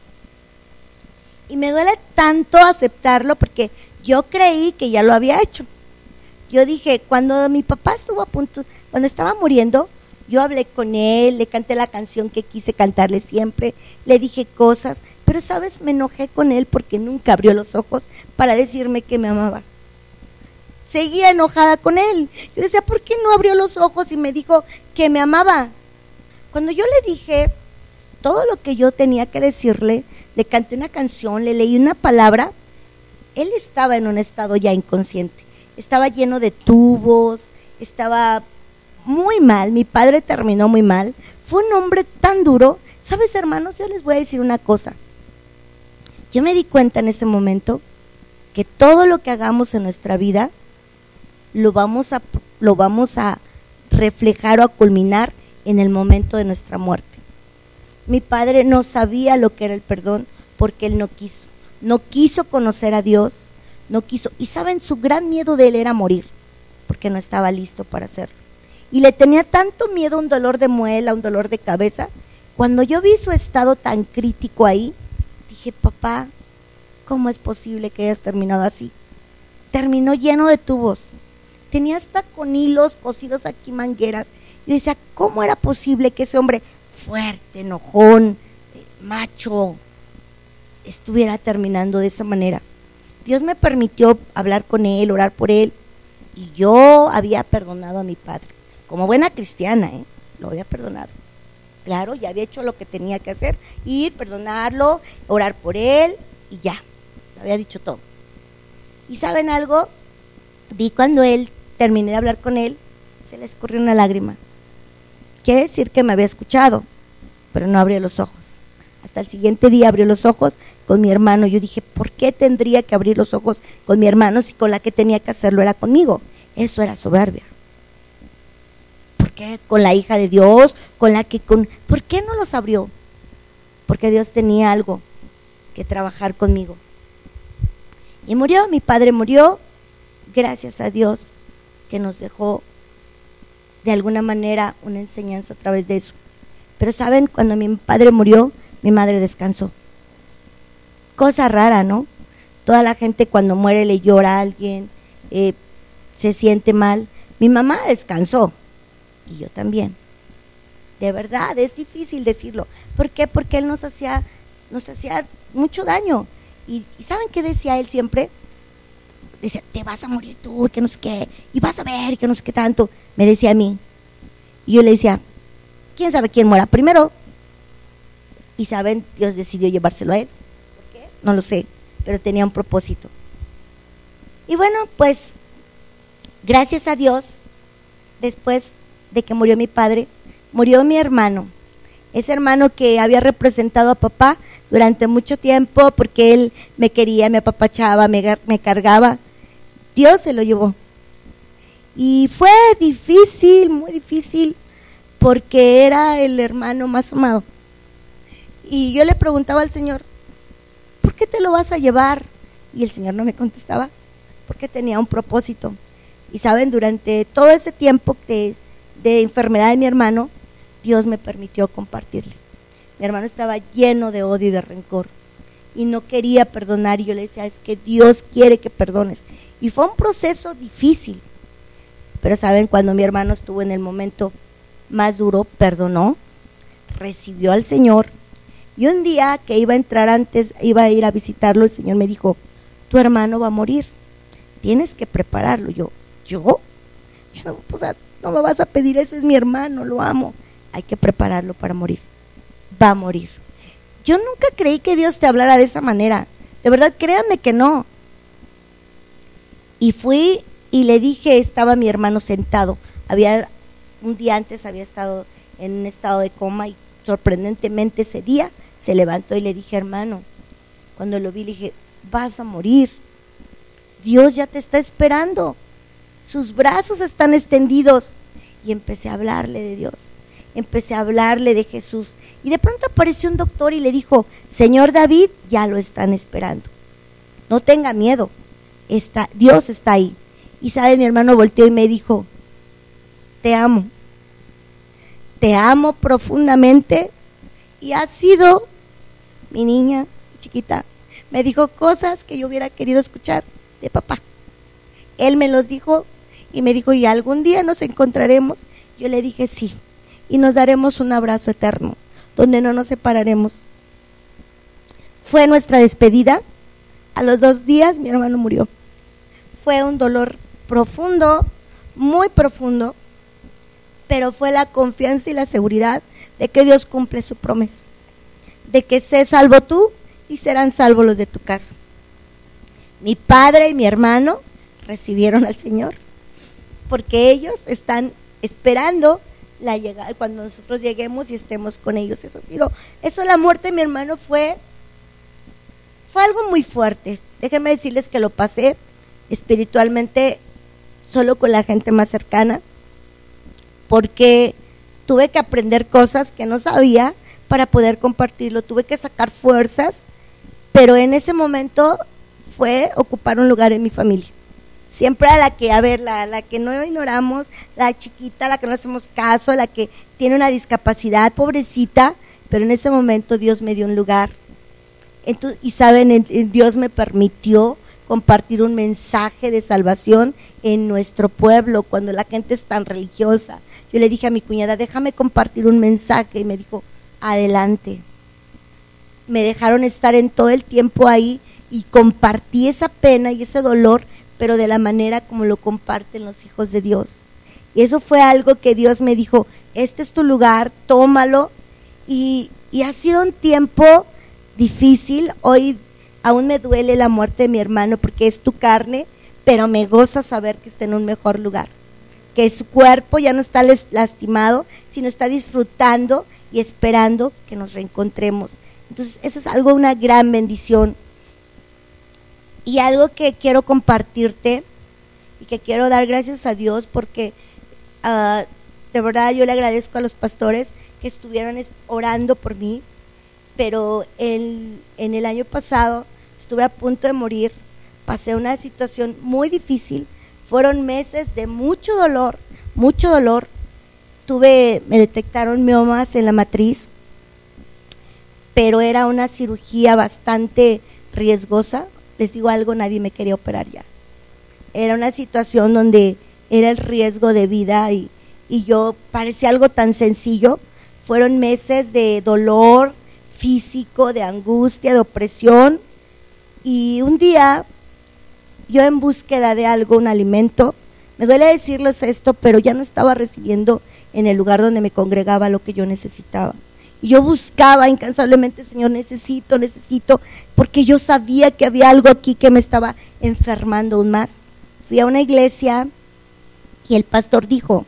Y me duele tanto aceptarlo porque yo creí que ya lo había hecho. Yo dije, cuando mi papá estuvo a punto, cuando estaba muriendo, yo hablé con él, le canté la canción que quise cantarle siempre, le dije cosas, pero sabes, me enojé con él porque nunca abrió los ojos para decirme que me amaba. Seguía enojada con él. Yo decía, ¿por qué no abrió los ojos y me dijo que me amaba? Cuando yo le dije todo lo que yo tenía que decirle, le canté una canción, le leí una palabra, él estaba en un estado ya inconsciente, estaba lleno de tubos, estaba muy mal, mi padre terminó muy mal, fue un hombre tan duro. ¿Sabes, hermanos? Yo les voy a decir una cosa, yo me di cuenta en ese momento que todo lo que hagamos en nuestra vida lo vamos a, lo vamos a reflejar o a culminar en el momento de nuestra muerte. Mi padre no sabía lo que era el perdón, porque él no quiso, no quiso conocer a Dios, no quiso, y saben, su gran miedo de él era morir, porque no estaba listo para hacerlo, y le tenía tanto miedo a un dolor de muela, a un dolor de cabeza. Cuando yo vi su estado tan crítico ahí, dije, papá, ¿cómo es posible que hayas terminado así? Terminó lleno de tubos, tenía hasta con hilos cosidos aquí, mangueras. Yo decía, ¿cómo era posible que ese hombre fuerte, enojón, eh, macho, estuviera terminando de esa manera? Dios me permitió hablar con él, orar por él, y yo había perdonado a mi padre, como buena cristiana, ¿eh? Lo había perdonado. Claro, ya había hecho lo que tenía que hacer, ir, perdonarlo, orar por él, y ya, lo había dicho todo. ¿Y saben algo? Vi cuando él, terminé de hablar con él, se le escurrió una lágrima. Quiere decir que me había escuchado, pero no abrió los ojos. Hasta el siguiente día abrió los ojos con mi hermano. Yo dije, ¿por qué tendría que abrir los ojos con mi hermano si con la que tenía que hacerlo era conmigo? Eso era soberbia. ¿Por qué con la hija de Dios? Con la que con, ¿por qué no los abrió? Porque Dios tenía algo que trabajar conmigo. Y murió, mi padre murió, gracias a Dios que nos dejó de alguna manera una enseñanza a través de eso. Pero saben, cuando mi padre murió, mi madre descansó. Cosa rara, ¿no? Toda la gente cuando muere le llora a alguien, eh, se siente mal. Mi mamá descansó, y yo también. De verdad, es difícil decirlo. ¿Por qué? Porque él nos hacía, nos hacía mucho daño. Y, y ¿saben qué decía él siempre? Decía, te vas a morir tú, que no sé qué, y vas a ver, que no sé qué tanto. Me decía a mí. Y yo le decía, ¿quién sabe quién muera primero? Y saben, Dios decidió llevárselo a él. ¿Por qué? No lo sé, pero tenía un propósito. Y bueno, pues, gracias a Dios, después de que murió mi padre, murió mi hermano. Ese hermano que había representado a papá durante mucho tiempo, porque él me quería, me apapachaba, me, me cargaba. Dios se lo llevó. Y fue difícil, muy difícil, porque era el hermano más amado. Y yo le preguntaba al Señor, ¿por qué te lo vas a llevar? Y el Señor no me contestaba, porque tenía un propósito. Y saben, durante todo ese tiempo de, de enfermedad de mi hermano, Dios me permitió compartirle. Mi hermano estaba lleno de odio y de rencor, y no quería perdonar, y yo le decía, es que Dios quiere que perdones. Y fue un proceso difícil. Pero saben, cuando mi hermano estuvo en el momento más duro, perdonó, recibió al Señor. Y un día que iba a entrar antes, iba a ir a visitarlo, el Señor me dijo, tu hermano va a morir, tienes que prepararlo. Yo, ¿yo? Yo no, pues, no me vas a pedir eso, es mi hermano, lo amo. Hay que prepararlo para morir. Va a morir. Yo nunca creí que Dios te hablara de esa manera. De verdad, créanme que no. Y fui y le dije, estaba mi hermano sentado. Había, un día antes había estado en un estado de coma, y sorprendentemente ese día se levantó, y le dije, hermano, cuando lo vi le dije, vas a morir. Dios ya te está esperando. Sus brazos están extendidos. Y empecé a hablarle de Dios. Empecé a hablarle de Jesús. Y de pronto apareció un doctor y le dijo, señor David, ya lo están esperando. No tenga miedo. Está, Dios está ahí. Y sabe, mi hermano volteó y me dijo, te amo. Te amo profundamente. Y ha sido mi niña chiquita. Me dijo cosas que yo hubiera querido escuchar de papá. Él me los dijo y me dijo, ¿y algún día nos encontraremos? Yo le dije, sí. Y nos daremos un abrazo eterno, donde no nos separaremos. Fue nuestra despedida. A los dos días mi hermano murió. Fue un dolor profundo, muy profundo, pero fue la confianza y la seguridad de que Dios cumple su promesa, de que sé salvo tú y serán salvos los de tu casa. Mi padre y mi hermano recibieron al Señor, porque ellos están esperando la llegada, cuando nosotros lleguemos y estemos con ellos. Eso ha sido, eso, la muerte de mi hermano fue, fue algo muy fuerte. Déjenme decirles que lo pasé espiritualmente solo con la gente más cercana, porque tuve que aprender cosas que no sabía para poder compartirlo. Tuve que sacar fuerzas pero en ese momento fue ocupar un lugar en mi familia. Siempre a la que, a ver, la, la que no ignoramos, la chiquita, la que no hacemos caso, la que tiene una discapacidad, pobrecita, pero en ese momento Dios me dio un lugar. Entonces, y saben, Dios me permitió compartir un mensaje de salvación en nuestro pueblo, cuando la gente es tan religiosa. Yo le dije a mi cuñada, déjame compartir un mensaje, y me dijo, adelante. Me dejaron estar en todo el tiempo ahí y compartí esa pena y ese dolor, pero de la manera como lo comparten los hijos de Dios. Y eso fue algo que Dios me dijo, este es tu lugar, tómalo. Y, y ha sido un tiempo difícil. Hoy aún me duele la muerte de mi hermano porque es tu carne, pero me goza saber que está en un mejor lugar, que su cuerpo ya no está lastimado, sino está disfrutando y esperando que nos reencontremos. Entonces eso es algo, una gran bendición. Y algo que quiero compartirte y que quiero dar gracias a Dios porque uh, de verdad yo le agradezco a los pastores que estuvieron orando por mí, pero el, en el año pasado estuve a punto de morir, pasé una situación muy difícil, fueron meses de mucho dolor, mucho dolor, tuve, me detectaron miomas en la matriz, pero era una cirugía bastante riesgosa. Les digo algo, nadie me quería operar ya. Era una situación donde era el riesgo de vida y, y yo parecía algo tan sencillo. Fueron meses de dolor físico, de angustia, de opresión. Y un día, yo en búsqueda de algo, un alimento, me duele decirles esto, pero ya no estaba recibiendo en el lugar donde me congregaba lo que yo necesitaba. Y yo buscaba incansablemente, Señor, necesito, necesito, porque yo sabía que había algo aquí que me estaba enfermando aún más. Fui a una iglesia y el pastor dijo,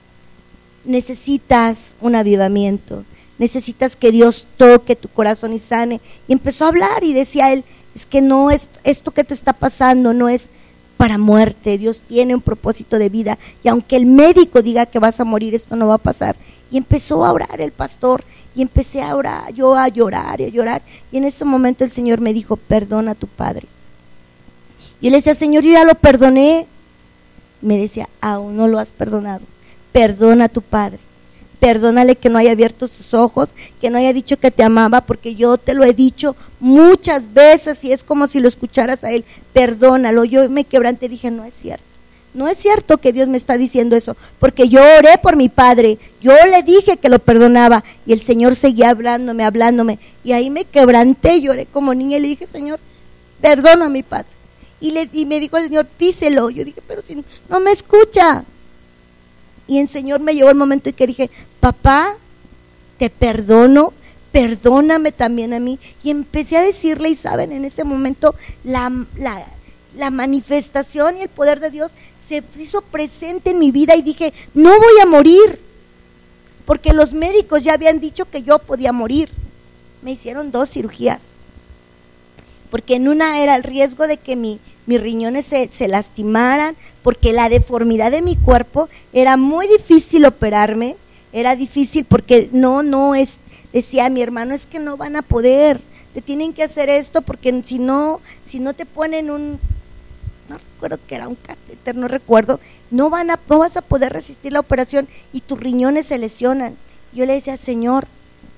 necesitas un avivamiento, necesitas que Dios toque tu corazón y sane. Y empezó a hablar y decía él, es que no es esto que te está pasando, no es para muerte, Dios tiene un propósito de vida y aunque el médico diga que vas a morir, esto no va a pasar. Y empezó a orar el pastor y empecé a orar, yo a llorar y a llorar, y en ese momento el Señor me dijo, perdona a tu padre. Yo le decía, Señor, yo ya lo perdoné. Me decía, aún no lo has perdonado, perdona a tu padre, perdónale que no haya abierto sus ojos, que no haya dicho que te amaba, porque yo te lo he dicho muchas veces y es como si lo escucharas a él, perdónalo. Yo me quebranté y dije, no es cierto. No es cierto que Dios me está diciendo eso, porque yo oré por mi padre, yo le dije que lo perdonaba y el Señor seguía hablándome, hablándome y ahí me quebranté, lloré como niña y le dije, Señor, perdona a mi padre. Y, le, y me dijo el Señor, díselo. Yo dije, pero si no, no me escucha. Y el Señor me llevó el momento en que dije, papá, te perdono, perdóname también a mí. Y empecé a decirle, y saben, en ese momento la, la, la manifestación y el poder de Dios se hizo presente en mi vida y dije, no voy a morir, porque los médicos ya habían dicho que yo podía morir. Me hicieron dos cirugías, porque en una era el riesgo de que mi, mis riñones se, se lastimaran, porque la deformidad de mi cuerpo era muy difícil operarme, era difícil porque no, no es, decía mi hermano, es que no van a poder, te tienen que hacer esto porque si no, si no te ponen un, no recuerdo que era un catéter, no recuerdo, no van a, no vas a poder resistir la operación y tus riñones se lesionan. Yo le decía, Señor,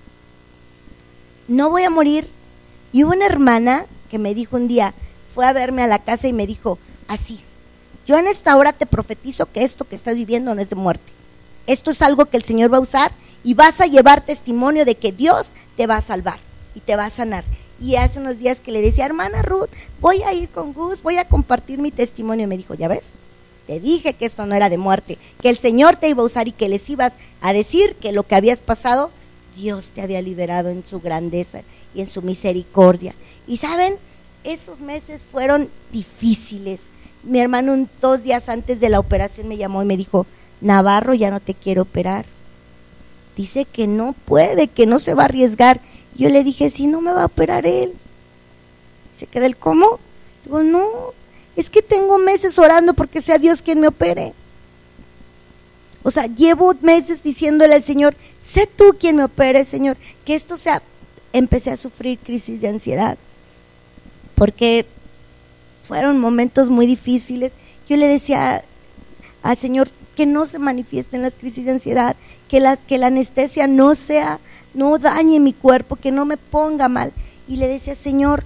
no voy a morir. Y hubo una hermana que me dijo un día, fue a verme a la casa y me dijo así, yo en esta hora te profetizo que esto que estás viviendo no es de muerte, esto es algo que el Señor va a usar y vas a llevar testimonio de que Dios te va a salvar y te va a sanar. Y hace unos días que le decía, hermana Ruth, voy a ir con Gus, voy a compartir mi testimonio. Y me dijo, ya ves, te dije que esto no era de muerte, que el Señor te iba a usar y que les ibas a decir que lo que habías pasado, Dios te había liberado en su grandeza y en su misericordia. Y saben, esos meses fueron difíciles. Mi hermano un, dos días antes de la operación me llamó y me dijo, Navarro ya no te quiere operar. Dice que no puede, que no se va a arriesgar. Yo le dije, si no me va a operar él. Se queda el ¿cómo? Digo, no, es que tengo meses orando porque sea Dios quien me opere. O sea, llevo meses diciéndole al Señor, sé tú quien me opere, Señor, que esto sea. Empecé a sufrir crisis de ansiedad. porque fueron momentos muy difíciles. Yo le decía al Señor que no se manifiesten las crisis de ansiedad, que, las, que la anestesia no sea, no dañe mi cuerpo, que no me ponga mal. Y le decía, Señor,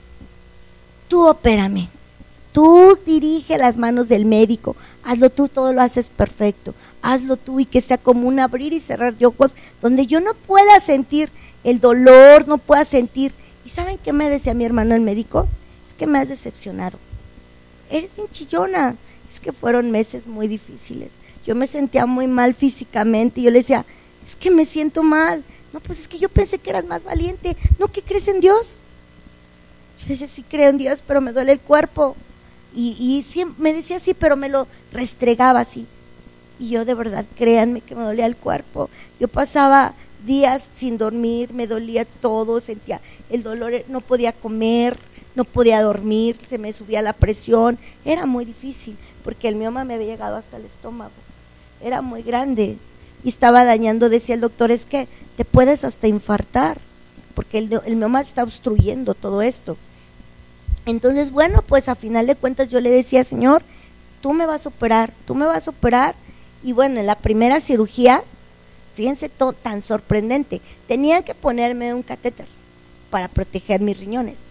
tú opérame, tú dirige las manos del médico, hazlo tú, todo lo haces perfecto, hazlo tú, y que sea como un abrir y cerrar de ojos, donde yo no pueda sentir el dolor, no pueda sentir. ¿Y saben qué me decía mi hermano el médico? Es que me has decepcionado, eres bien chillona. Es que fueron meses muy difíciles, yo me sentía muy mal físicamente, y yo le decía, es que me siento mal. No, pues es que yo pensé que eras más valiente. No, ¿que crees en Dios? Yo decía, sí creo en Dios, pero me duele el cuerpo. Y, y siempre me decía sí, pero me lo restregaba así. Y yo de verdad, créanme que me dolía el cuerpo. Yo pasaba días sin dormir, me dolía todo, sentía el dolor, no podía comer, no podía dormir, se me subía la presión. Era muy difícil, porque el mioma me había llegado hasta el estómago. Era muy grande y estaba dañando, decía el doctor, es que te puedes hasta infartar, porque el, el mioma está obstruyendo todo esto. Entonces, bueno, pues a final de cuentas yo le decía, Señor, tú me vas a operar, tú me vas a operar. Y bueno, en la primera cirugía, fíjense, todo tan sorprendente, tenían que ponerme un catéter para proteger mis riñones.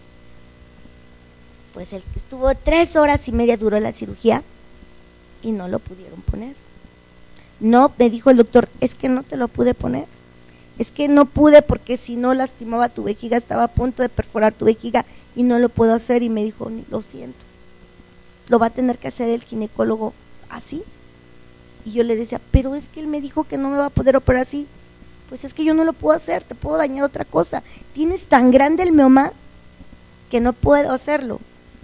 Pues el, estuvo tres horas y media duró la cirugía y no lo pudieron poner. No, me dijo el doctor, es que no te lo pude poner, es que no pude porque si no lastimaba tu vejiga, estaba a punto de perforar tu vejiga y no lo puedo hacer. Y me dijo, lo siento, lo va a tener que hacer el ginecólogo así. Y yo le decía, pero es que él me dijo que no me va a poder operar así. Pues es que yo no lo puedo hacer, te puedo dañar otra cosa, tienes tan grande el mioma que no puedo hacerlo.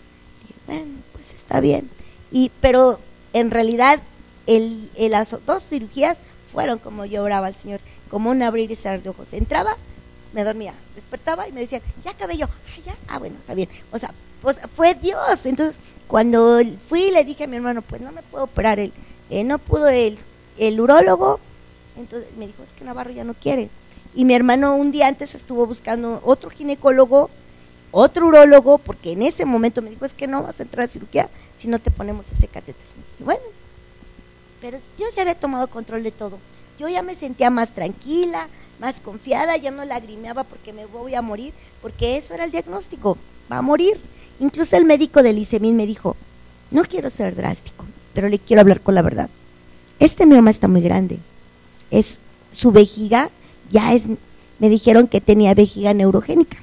Y bueno, pues está bien. Y pero en realidad el, el, las dos cirugías fueron como yo oraba al Señor, como un abrir y cerrar de ojos. Entraba, me dormía, despertaba y me decían, ya acabé. Yo, ah, ya, ah, bueno, está bien. O sea, pues fue Dios. Entonces, cuando fui, le dije a mi hermano, pues no me puedo operar, el, eh, no pudo el, el urólogo. Entonces me dijo, es que Navarro ya no quiere. Y mi hermano un día antes estuvo buscando otro ginecólogo, otro urólogo, porque en ese momento me dijo, es que no vas a entrar a cirugía si no te ponemos ese catéter. Y bueno, pero Dios ya había tomado control de todo. Yo ya me sentía más tranquila, más confiada, ya no lagrimeaba porque me voy a morir, porque eso era el diagnóstico, va a morir. Incluso el médico del ICEMIN me dijo, no quiero ser drástico, pero le quiero hablar con la verdad. Este mioma está muy grande, es su vejiga, ya es, me dijeron que tenía vejiga neurogénica.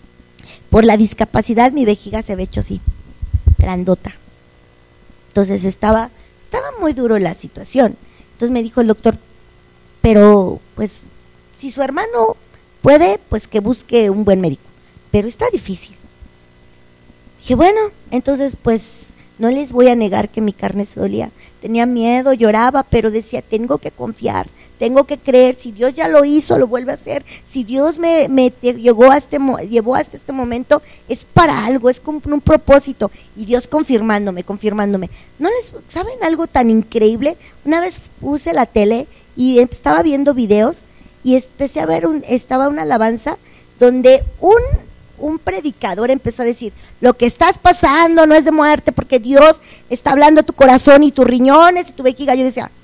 Por la discapacidad mi vejiga se ve hecho así, grandota. Entonces estaba, estaba muy duro la situación. Entonces me dijo el doctor, pero pues si su hermano puede, pues que busque un buen médico, pero está difícil. Dije, bueno, entonces pues no les voy a negar que mi carne se dolía, tenía miedo, lloraba, pero decía, tengo que confiar, tengo que creer, si Dios ya lo hizo, lo vuelve a hacer, si Dios me, me llegó a este, llevó hasta este momento, es para algo, es con un propósito, y Dios confirmándome, confirmándome. ¿No les saben algo tan increíble? Una vez puse la tele y estaba viendo videos y empecé a ver, un, estaba una alabanza donde un un predicador empezó a decir, lo que estás pasando no es de muerte, porque Dios está hablando a tu corazón y tus riñones y tu vejiga. Yo decía,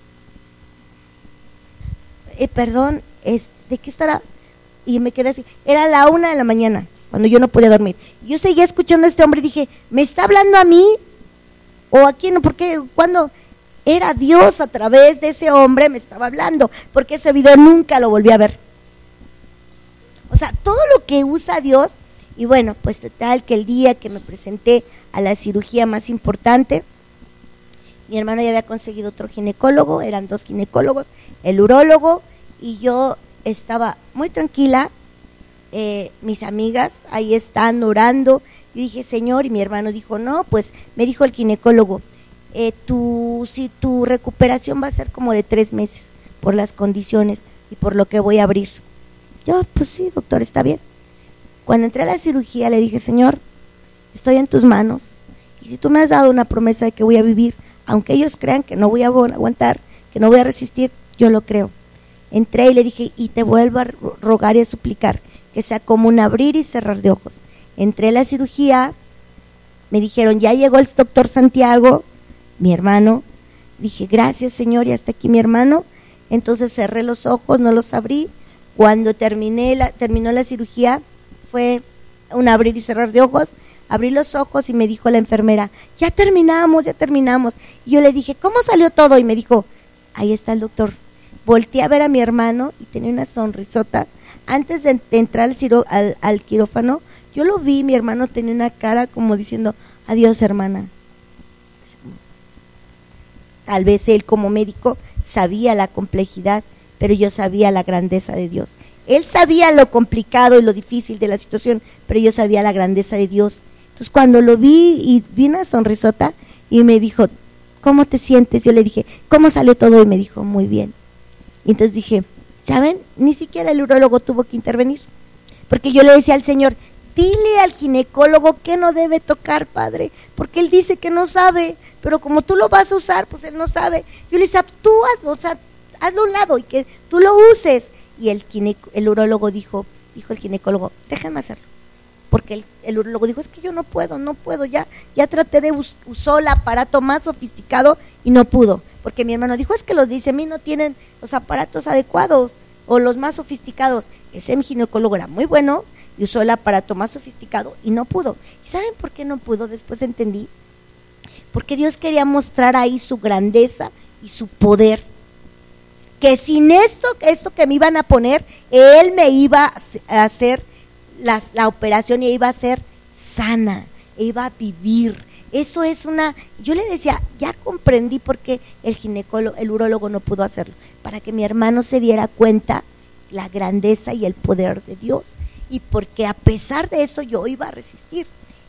eh, perdón, es, ¿de qué estará? Y me quedé así, era la una de la mañana, cuando yo no podía dormir. Yo seguía escuchando a este hombre y dije, ¿me está hablando a mí? ¿O a quién? ¿Por qué? ¿Cuándo? Era Dios a través de ese hombre me estaba hablando, porque ese video nunca lo volví a ver. O sea, todo lo que usa Dios. Y bueno, pues total que el día que me presenté a la cirugía más importante, mi hermano ya había conseguido otro ginecólogo, eran dos ginecólogos, el urólogo, y yo estaba muy tranquila, eh, mis amigas ahí están orando, yo dije, Señor, y mi hermano dijo, no, pues me dijo el ginecólogo, eh, tu, si tu recuperación va a ser como de tres meses, por las condiciones y por lo que voy a abrir. Yo, pues sí, doctor, está bien. Cuando entré a la cirugía le dije, Señor, estoy en tus manos, y si tú me has dado una promesa de que voy a vivir, aunque ellos crean que no voy a aguantar, que no voy a resistir, yo lo creo. Entré y le dije, y te vuelvo a rogar y a suplicar, que sea como un abrir y cerrar de ojos. Entré a la cirugía, me dijeron, ya llegó el doctor Santiago, mi hermano. Dije, gracias Señor, y hasta aquí mi hermano. Entonces cerré los ojos, no los abrí. Cuando terminé la, terminó la cirugía, fue un abrir y cerrar de ojos. Abrí los ojos y me dijo la enfermera, ya terminamos, ya terminamos. Y yo le dije, ¿cómo salió todo? Y me dijo, ahí está el doctor. Volteé a ver a mi hermano y tenía una sonrisota. Antes de entrar al, ciro, al, al quirófano, yo lo vi, mi hermano tenía una cara como diciendo, adiós hermana. Tal vez él como médico sabía la complejidad, pero yo sabía la grandeza de Dios. Él sabía lo complicado y lo difícil de la situación, pero yo sabía la grandeza de Dios. Entonces cuando lo vi y vi una sonrisota y me dijo, ¿cómo te sientes? Yo le dije, ¿cómo salió todo? Y me dijo, muy bien. Y entonces dije, ¿saben? Ni siquiera el urólogo tuvo que intervenir, porque yo le decía al Señor, dile al ginecólogo que no debe tocar, Padre, porque él dice que no sabe, pero como tú lo vas a usar, pues él no sabe. Yo le decía, tú hazlo, o sea, hazlo a un lado y que tú lo uses. Y el, gineco, el urólogo dijo, dijo el ginecólogo, déjame hacerlo. Porque el, el urólogo dijo, es que yo no puedo, no puedo, ya, ya traté de us, usó el aparato más sofisticado y no pudo. Porque mi hermano dijo, es que los dice, a mí no tienen los aparatos adecuados o los más sofisticados. Ese ginecólogo era muy bueno y usó el aparato más sofisticado y no pudo. ¿Y saben por qué no pudo? Después entendí. Porque Dios quería mostrar ahí su grandeza y su poder. Que sin esto, esto que me iban a poner, Él me iba a hacer las, la operación y iba a ser sana, e iba a vivir. Eso es una, yo le decía, ya comprendí por qué el ginecólogo, el urólogo no pudo hacerlo, para que mi hermano se diera cuenta la grandeza y el poder de Dios, y porque a pesar de eso yo iba a resistir.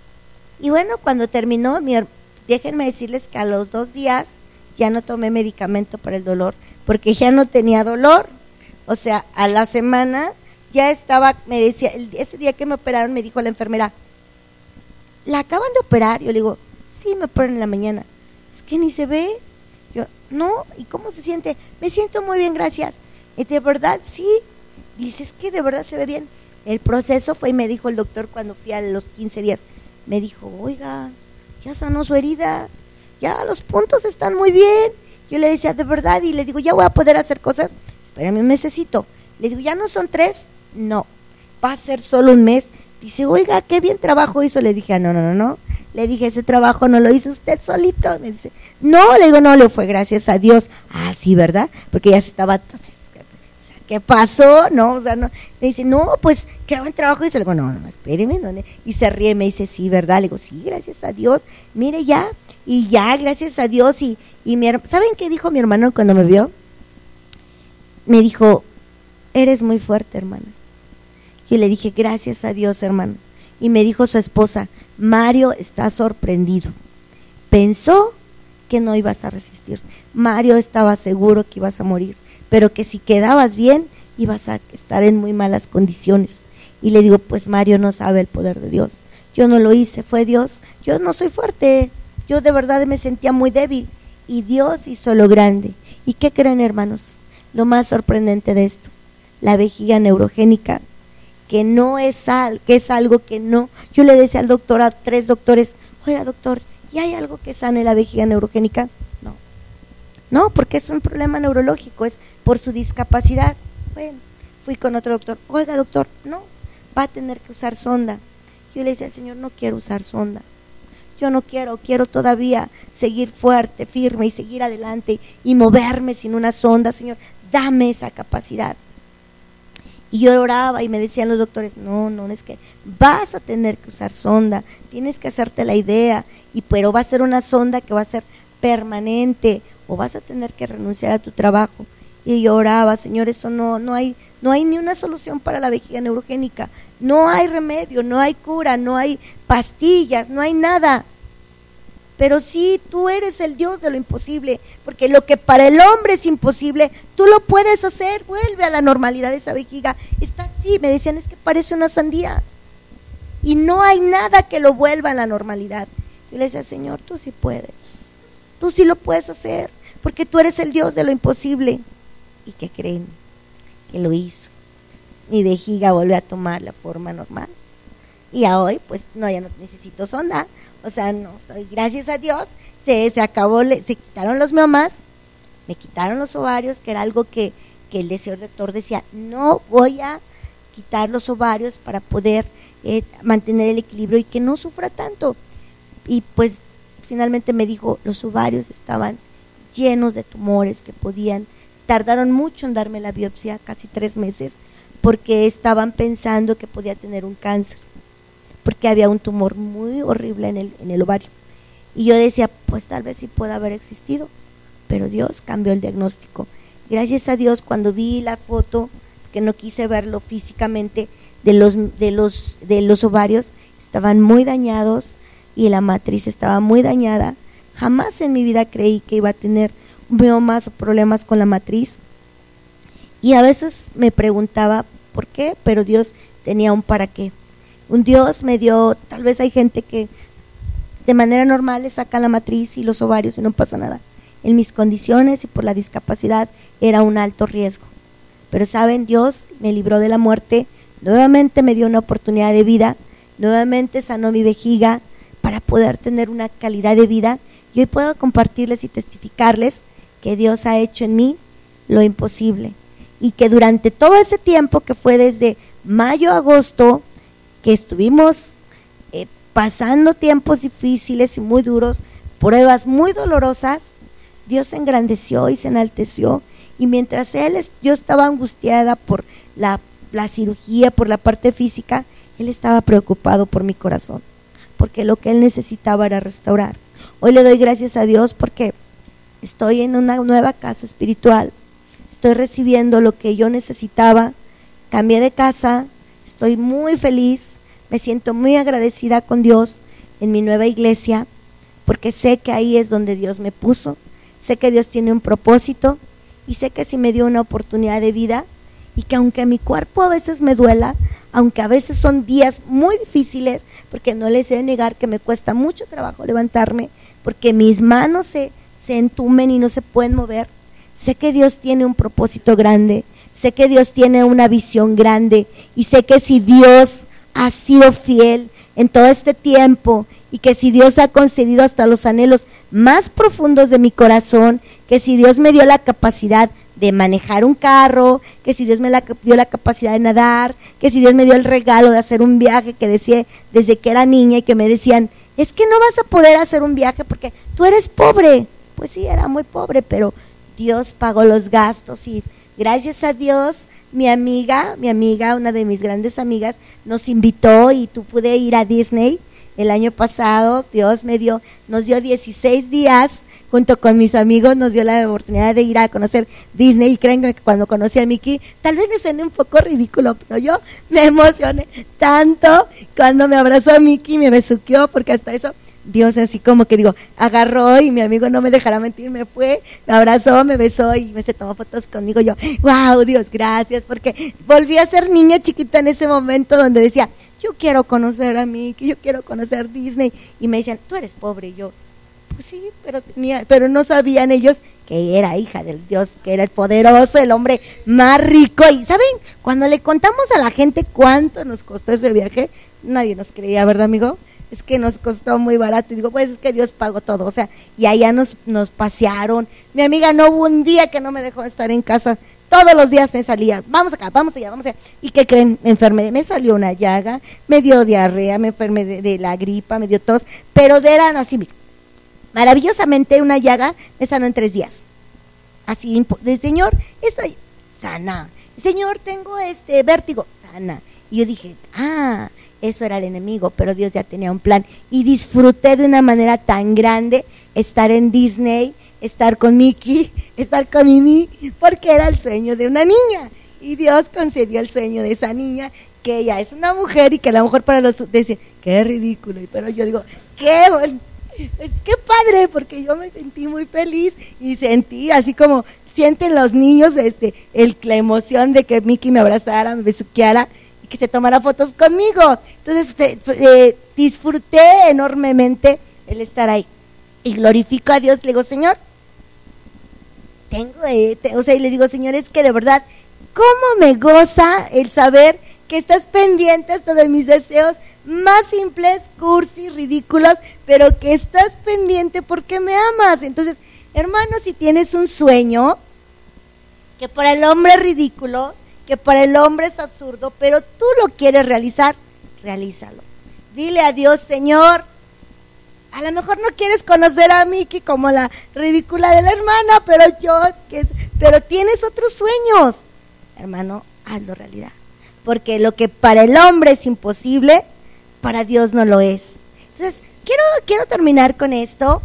Y bueno, cuando terminó, mi, déjenme decirles que a los dos días ya no tomé medicamento para el dolor, porque ya no tenía dolor. O sea, a la semana ya estaba, me decía, el, ese día que me operaron me dijo la enfermera, ¿la acaban de operar? Yo le digo, sí, me operan en la mañana. Es que ni se ve. Yo, no, ¿y cómo se siente? Me siento muy bien, gracias. ¿Y de verdad? Sí. Dice, es que de verdad se ve bien. El proceso fue, y me dijo el doctor cuando fui a los quince días, me dijo, oiga, ya sanó su herida, ya los puntos están muy bien. Yo le decía, de verdad, y le digo, ya voy a poder hacer cosas. Espérame un mesecito. Le digo, ¿ya no son tres? No, va a ser solo un mes. Dice, oiga, qué bien trabajo hizo. Le dije, ah, no, no, no, no. Le dije, ese trabajo no lo hizo usted solito. Me dice, no, le digo, no, le fue gracias a Dios. Ah, sí, ¿verdad? Porque ya se estaba, entonces, ¿qué pasó? No, o sea, no. Me dice, no, pues, qué buen trabajo hizo. Le digo, no, no, no, espéreme. ¿Dónde? Y se ríe, me dice, sí, ¿verdad? Le digo, sí, gracias a Dios. Mire ya, y ya, gracias a Dios. Y, y mi, ¿saben qué dijo mi hermano cuando me vio? Me dijo, eres muy fuerte, hermana. Y le dije, gracias a Dios, hermano. Y me dijo su esposa, Mario está sorprendido. Pensó que no ibas a resistir. Mario estaba seguro que ibas a morir, pero que si quedabas bien, ibas a estar en muy malas condiciones. Y le digo, pues Mario no sabe el poder de Dios. Yo no lo hice, fue Dios. Yo no soy fuerte. Yo de verdad me sentía muy débil. Y Dios hizo lo grande. ¿Y qué creen, hermanos? Lo más sorprendente de esto, la vejiga neurogénica, que no es al, que es algo que no, yo le decía al doctor, a tres doctores, oiga doctor, ¿y hay algo que sane la vejiga neurogénica? No, no, porque es un problema neurológico, es por su discapacidad. Bueno, fui con otro doctor, oiga doctor, no, va a tener que usar sonda. Yo le decía al Señor, no quiero usar sonda, yo no quiero, quiero todavía seguir fuerte, firme y seguir adelante y moverme sin una sonda. Señor, dame esa capacidad. Y yo oraba y me decían los doctores, no, no, es que vas a tener que usar sonda, tienes que hacerte la idea, y pero va a ser una sonda que va a ser permanente, o vas a tener que renunciar a tu trabajo. Y yo oraba, Señor, eso no, no hay, no hay ni una solución para la vejiga neurogénica, no hay remedio, no hay cura, no hay pastillas, no hay nada. Pero sí, tú eres el Dios de lo imposible, porque lo que para el hombre es imposible, tú lo puedes hacer. Vuelve a la normalidad esa vejiga. Está así, me decían, es que parece una sandía. Y no hay nada que lo vuelva a la normalidad. Yo le decía, Señor, tú sí puedes. Tú sí lo puedes hacer, porque tú eres el Dios de lo imposible. ¿Y qué creen? Que lo hizo. Mi vejiga volvió a tomar la forma normal. Y a hoy, pues, no, ya no necesito sonda. O sea, no, soy, gracias a Dios, se, se acabó, se quitaron los miomas, me quitaron los ovarios, que era algo que, que el deseo del doctor decía, no voy a quitar los ovarios para poder eh, mantener el equilibrio y que no sufra tanto. Y pues finalmente me dijo, los ovarios estaban llenos de tumores que podían, tardaron mucho en darme la biopsia, casi tres meses, porque estaban pensando que podía tener un cáncer, porque había un tumor muy horrible en el, en el ovario. Y yo decía, pues tal vez sí pueda haber existido, pero Dios cambió el diagnóstico. Gracias a Dios, cuando vi la foto, que no quise verlo físicamente, de los, de los, de los ovarios, estaban muy dañados y la matriz estaba muy dañada. Jamás en mi vida creí que iba a tener miomas o problemas con la matriz. Y a veces me preguntaba por qué, pero Dios tenía un para qué. Un Dios me dio, tal vez hay gente que de manera normal le saca la matriz y los ovarios y no pasa nada. En mis condiciones y por la discapacidad era un alto riesgo. Pero saben, Dios me libró de la muerte, nuevamente me dio una oportunidad de vida, nuevamente sanó mi vejiga para poder tener una calidad de vida. Y hoy puedo compartirles y testificarles que Dios ha hecho en mí lo imposible. Y que durante todo ese tiempo que fue desde mayo a agosto, que estuvimos eh, pasando tiempos difíciles y muy duros, pruebas muy dolorosas, Dios se engrandeció y se enalteció. Y mientras él, yo estaba angustiada por la, la cirugía, por la parte física, Él estaba preocupado por mi corazón, porque lo que Él necesitaba era restaurar. Hoy le doy gracias a Dios porque estoy en una nueva casa espiritual, estoy recibiendo lo que yo necesitaba, cambié de casa, estoy muy feliz, me siento muy agradecida con Dios en mi nueva iglesia, porque sé que ahí es donde Dios me puso, sé que Dios tiene un propósito y sé que si me dio una oportunidad de vida y que aunque mi cuerpo a veces me duela, aunque a veces son días muy difíciles, porque no les he de negar que me cuesta mucho trabajo levantarme, porque mis manos se, se entumen y no se pueden mover, sé que Dios tiene un propósito grande, sé que Dios tiene una visión grande y sé que si Dios ha sido fiel en todo este tiempo y que si Dios ha concedido hasta los anhelos más profundos de mi corazón, que si Dios me dio la capacidad de manejar un carro, que si Dios me la, dio la capacidad de nadar, que si Dios me dio el regalo de hacer un viaje que decía desde que era niña y que me decían, es que no vas a poder hacer un viaje porque tú eres pobre. Pues sí, era muy pobre, pero Dios pagó los gastos y gracias a Dios, mi amiga, mi amiga, una de mis grandes amigas, nos invitó y tú pude ir a Disney el año pasado. Dios me dio, nos dio dieciséis días, junto con mis amigos, nos dio la oportunidad de ir a conocer Disney. Y creen que cuando conocí a Mickey, tal vez me suene un poco ridículo, pero yo me emocioné tanto cuando me abrazó a Mickey y me besuqueó, porque hasta eso Dios así como que digo, agarró y mi amigo no me dejará mentir, me fue, me abrazó, me besó y me se tomó fotos conmigo. Yo, wow, Dios, gracias, porque volví a ser niña chiquita en ese momento donde decía, yo quiero conocer a Mickey, yo quiero conocer Disney, y me decían, tú eres pobre, y yo, pues sí, pero tenía, pero no sabían ellos que era hija del Dios, que era el poderoso, el hombre más rico. Y ¿saben? Cuando le contamos a la gente cuánto nos costó ese viaje, nadie nos creía, ¿verdad, amigo? Es que nos costó muy barato, y digo, pues es que Dios pagó todo, o sea, y allá nos, nos pasearon, mi amiga no hubo un día que no me dejó estar en casa, todos los días me salía, vamos acá, vamos allá, vamos allá, y ¿qué creen? Me enfermé, me salió una llaga, me dio diarrea, me enfermé de, de la gripa, me dio tos, pero eran así, maravillosamente una llaga me sanó en tres días, así, el Señor, estoy sana, Señor, tengo este vértigo, sana, y yo dije, ah, eso era el enemigo, pero Dios ya tenía un plan y disfruté de una manera tan grande estar en Disney, estar con Mickey, estar con Mimi, porque era el sueño de una niña y Dios concedió el sueño de esa niña, que ella es una mujer y que a lo mejor para los decir, qué ridículo, pero yo digo, qué bueno, qué padre, porque yo me sentí muy feliz y sentí así como sienten los niños este el, la emoción de que Mickey me abrazara, me besuqueara, que se tomara fotos conmigo. Entonces eh, disfruté enormemente el estar ahí y glorifico a Dios. Le digo, Señor, tengo, eh, te, o sea, y le digo, Señor, es que de verdad, ¿cómo me goza el saber que estás pendiente hasta de mis deseos más simples, cursi, ridículos, pero que estás pendiente porque me amas. Entonces, hermano, si tienes un sueño que para el hombre es ridículo, que para el hombre es absurdo, pero tú lo quieres realizar, realízalo. Dile a Dios, Señor, a lo mejor no quieres conocer a Miki como la ridícula de la hermana, pero yo, que es, pero tienes otros sueños. Hermano, hazlo realidad. Porque lo que para el hombre es imposible, para Dios no lo es. Entonces, quiero, quiero terminar con esto.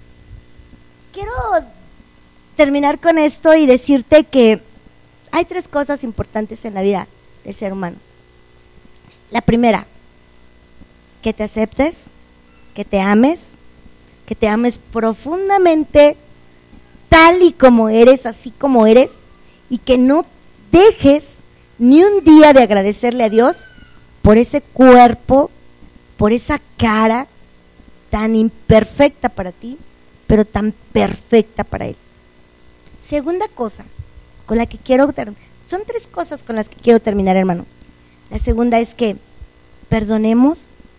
Quiero terminar con esto y decirte que hay tres cosas importantes en la vida del ser humano. La primera, que te aceptes, que te ames, que te ames profundamente, tal y como eres, así como eres, y que no dejes ni un día de agradecerle a Dios por ese cuerpo, por esa cara tan imperfecta para ti, pero tan perfecta para Él. Segunda cosa con la que quiero terminar, son tres cosas con las que quiero terminar, hermano. La segunda es que perdonemos,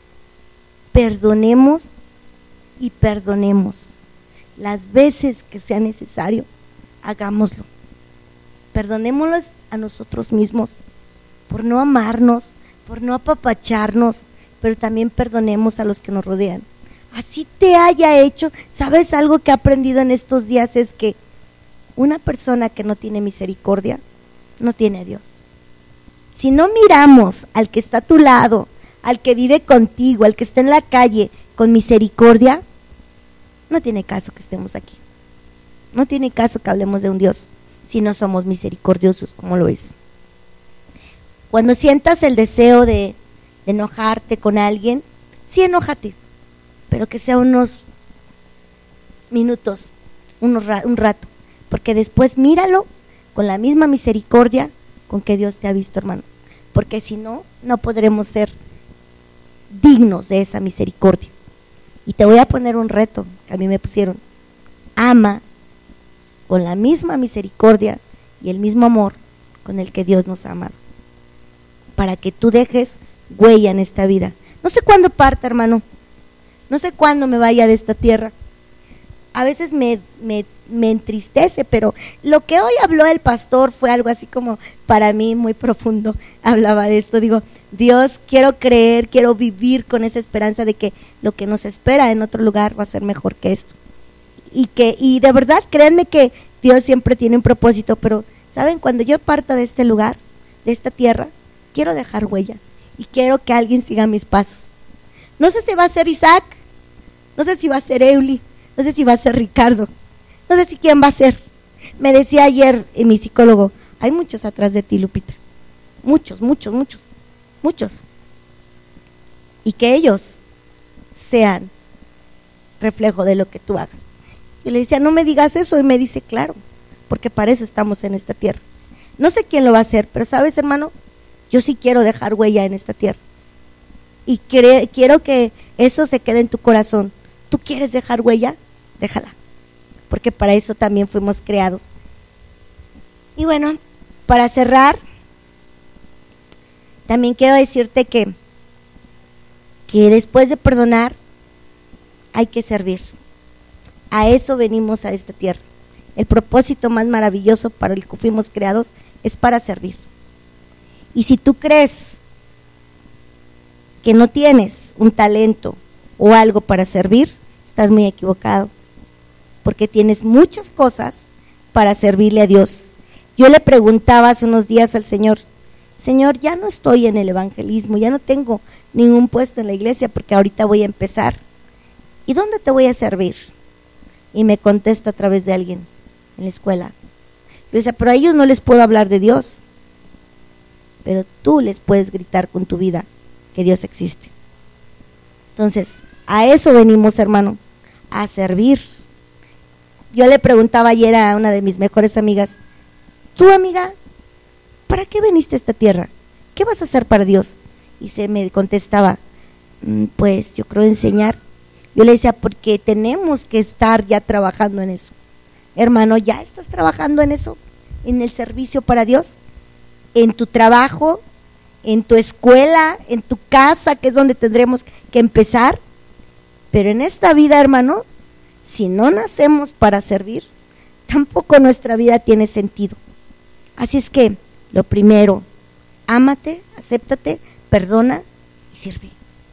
perdonemos y perdonemos. Las veces que sea necesario, hagámoslo. Perdonémoslos a nosotros mismos por no amarnos, por no apapacharnos, pero también perdonemos a los que nos rodean. Así te haya hecho. ¿Sabes algo que he aprendido en estos días? Es que una persona que no tiene misericordia no tiene a Dios. Si no miramos al que está a tu lado, al que vive contigo, al que está en la calle con misericordia, no tiene caso que estemos aquí. No tiene caso que hablemos de un Dios si no somos misericordiosos como lo es. Cuando sientas el deseo de, de enojarte con alguien, sí enójate, pero que sea unos minutos, unos, un rato, porque después míralo con la misma misericordia con que Dios te ha visto, hermano, porque si no, no podremos ser dignos de esa misericordia. Y te voy a poner un reto que a mí me pusieron: ama con la misma misericordia y el mismo amor con el que Dios nos ha amado, para que tú dejes huella en esta vida. No sé cuándo parta, hermano, no sé cuándo me vaya de esta tierra. A veces me, me, me entristece, pero lo que hoy habló el pastor fue algo así como para mí muy profundo. Hablaba de esto, digo, Dios, quiero creer, quiero vivir con esa esperanza de que lo que nos espera en otro lugar va a ser mejor que esto. Y que y de verdad, créanme que Dios siempre tiene un propósito, pero ¿saben? Cuando yo parta de este lugar, de esta tierra, quiero dejar huella y quiero que alguien siga mis pasos. No sé si va a ser Isaac, no sé si va a ser Euli, no sé si va a ser Ricardo, no sé si quién va a ser. Me decía ayer eh, mi psicólogo, hay muchos atrás de ti, Lupita, muchos, muchos, muchos, muchos. Y que ellos sean reflejo de lo que tú hagas. Yo le decía, no me digas eso, y me dice, claro, porque para eso estamos en esta tierra. No sé quién lo va a hacer, pero sabes, hermano, yo sí quiero dejar huella en esta tierra. Y cre- quiero que eso se quede en tu corazón. ¿Tú quieres dejar huella? Déjala, porque para eso también fuimos creados. Y bueno, para cerrar, también quiero decirte que, que después de perdonar, hay que servir. A eso venimos a esta tierra. El propósito más maravilloso para el que fuimos creados es para servir. Y si tú crees que no tienes un talento o algo para servir, estás muy equivocado, porque tienes muchas cosas para servirle a Dios. Yo le preguntaba hace unos días al Señor, Señor, ya no estoy en el evangelismo, ya no tengo ningún puesto en la iglesia porque ahorita voy a empezar. ¿Y dónde te voy a servir? Y me contesta a través de alguien en la escuela. Yo decía, pero a ellos no les puedo hablar de Dios, pero tú les puedes gritar con tu vida que Dios existe. Entonces, a eso venimos, hermano, a servir. Yo le preguntaba ayer a una de mis mejores amigas, tú, amiga, ¿para qué viniste a esta tierra? ¿Qué vas a hacer para Dios? Y se me contestaba, pues yo creo enseñar. Yo le decía, porque tenemos que estar ya trabajando en eso. Hermano, ¿ya estás trabajando en eso? ¿En el servicio para Dios? ¿En tu trabajo? en tu escuela, en tu casa, que es donde tendremos que empezar. Pero en esta vida, hermano, si no nacemos para servir, tampoco nuestra vida tiene sentido. Así es que, lo primero, ámate, acéptate, perdona y sirve.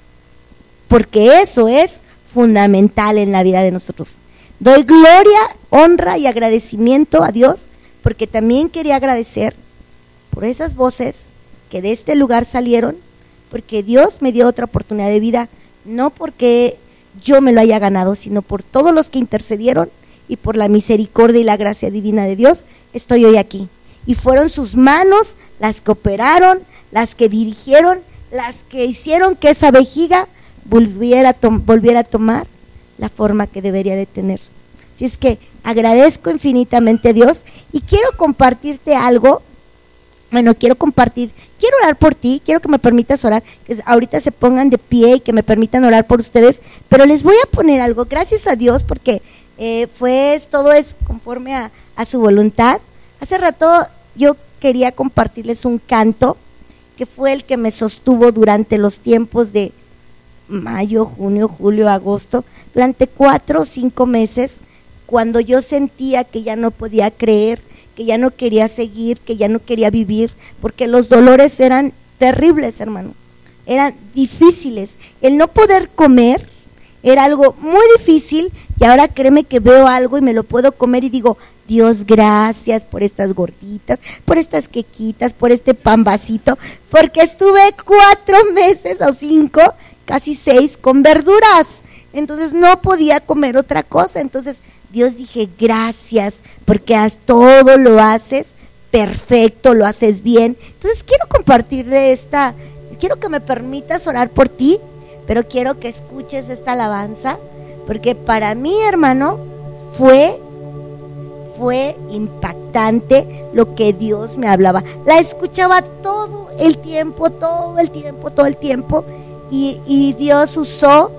Porque eso es fundamental en la vida de nosotros. Doy gloria, honra y agradecimiento a Dios, porque también quería agradecer por esas voces que de este lugar salieron, porque Dios me dio otra oportunidad de vida, no porque yo me lo haya ganado, sino por todos los que intercedieron y por la misericordia y la gracia divina de Dios, estoy hoy aquí. Y fueron sus manos las que operaron, las que dirigieron, las que hicieron que esa vejiga volviera a, to- volviera a tomar la forma que debería de tener. Así es que agradezco infinitamente a Dios y quiero compartirte algo. Bueno, quiero compartir, quiero orar por ti, quiero que me permitas orar, que ahorita se pongan de pie y que me permitan orar por ustedes, pero les voy a poner algo, gracias a Dios, porque eh, fue, todo es conforme a, a su voluntad. Hace rato yo quería compartirles un canto que fue el que me sostuvo durante los tiempos de mayo, junio, julio, agosto, durante cuatro o cinco meses, cuando yo sentía que ya no podía creer, que ya no quería seguir, que ya no quería vivir, porque los dolores eran terribles, hermano, eran difíciles. El no poder comer era algo muy difícil, y ahora créeme que veo algo y me lo puedo comer y digo, Dios, gracias por estas gorditas, por estas quequitas, por este pan vasito, porque estuve cuatro meses o cinco, casi seis, con verduras. Entonces no podía comer otra cosa. Entonces Dios, dije, gracias, porque todo lo haces perfecto, lo haces bien. Entonces quiero compartirle esta, quiero que me permitas orar por ti, pero quiero que escuches esta alabanza, porque para mí, hermano, fue, fue impactante lo que Dios me hablaba. La escuchaba todo el tiempo, todo el tiempo, todo el tiempo, y, y Dios usó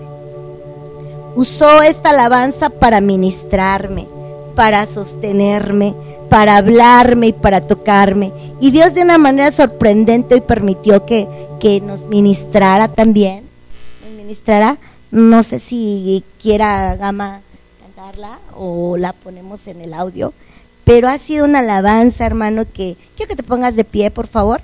Usó esta alabanza para ministrarme, para sostenerme, para hablarme y para tocarme. Y Dios de una manera sorprendente hoy permitió que, que nos ministrara también. Nos ministrara, no sé si quiera Gama cantarla o la ponemos en el audio, pero ha sido una alabanza, hermano, que quiero que te pongas de pie, por favor.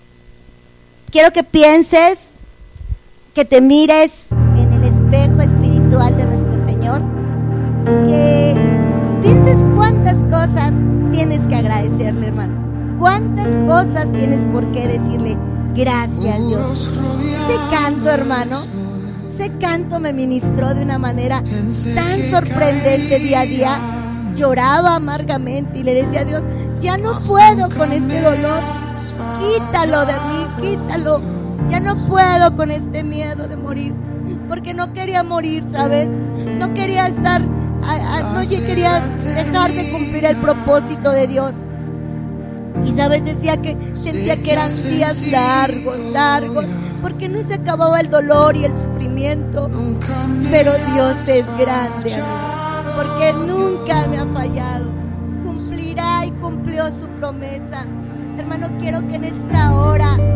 Quiero que pienses, que te mires en el espejo espiritual de nuestro Señor y que pienses cuántas cosas tienes que agradecerle, hermano, cuántas cosas tienes por qué decirle gracias, Dios. Ese canto, hermano, ese canto me ministró de una manera tan sorprendente día a día. Lloraba amargamente y le decía a Dios, ya no puedo con este dolor, quítalo de mí, quítalo. Ya no puedo con este miedo de morir, porque no quería morir, ¿sabes? No quería estar, a, a, no quería dejar de cumplir el propósito de Dios. Y, ¿sabes? Decía que sentía que eran días largos, largos, porque no se acababa el dolor y el sufrimiento. Pero Dios es grande, amigo, porque nunca me ha fallado. Cumplirá y cumplió su promesa. Hermano, quiero que en esta hora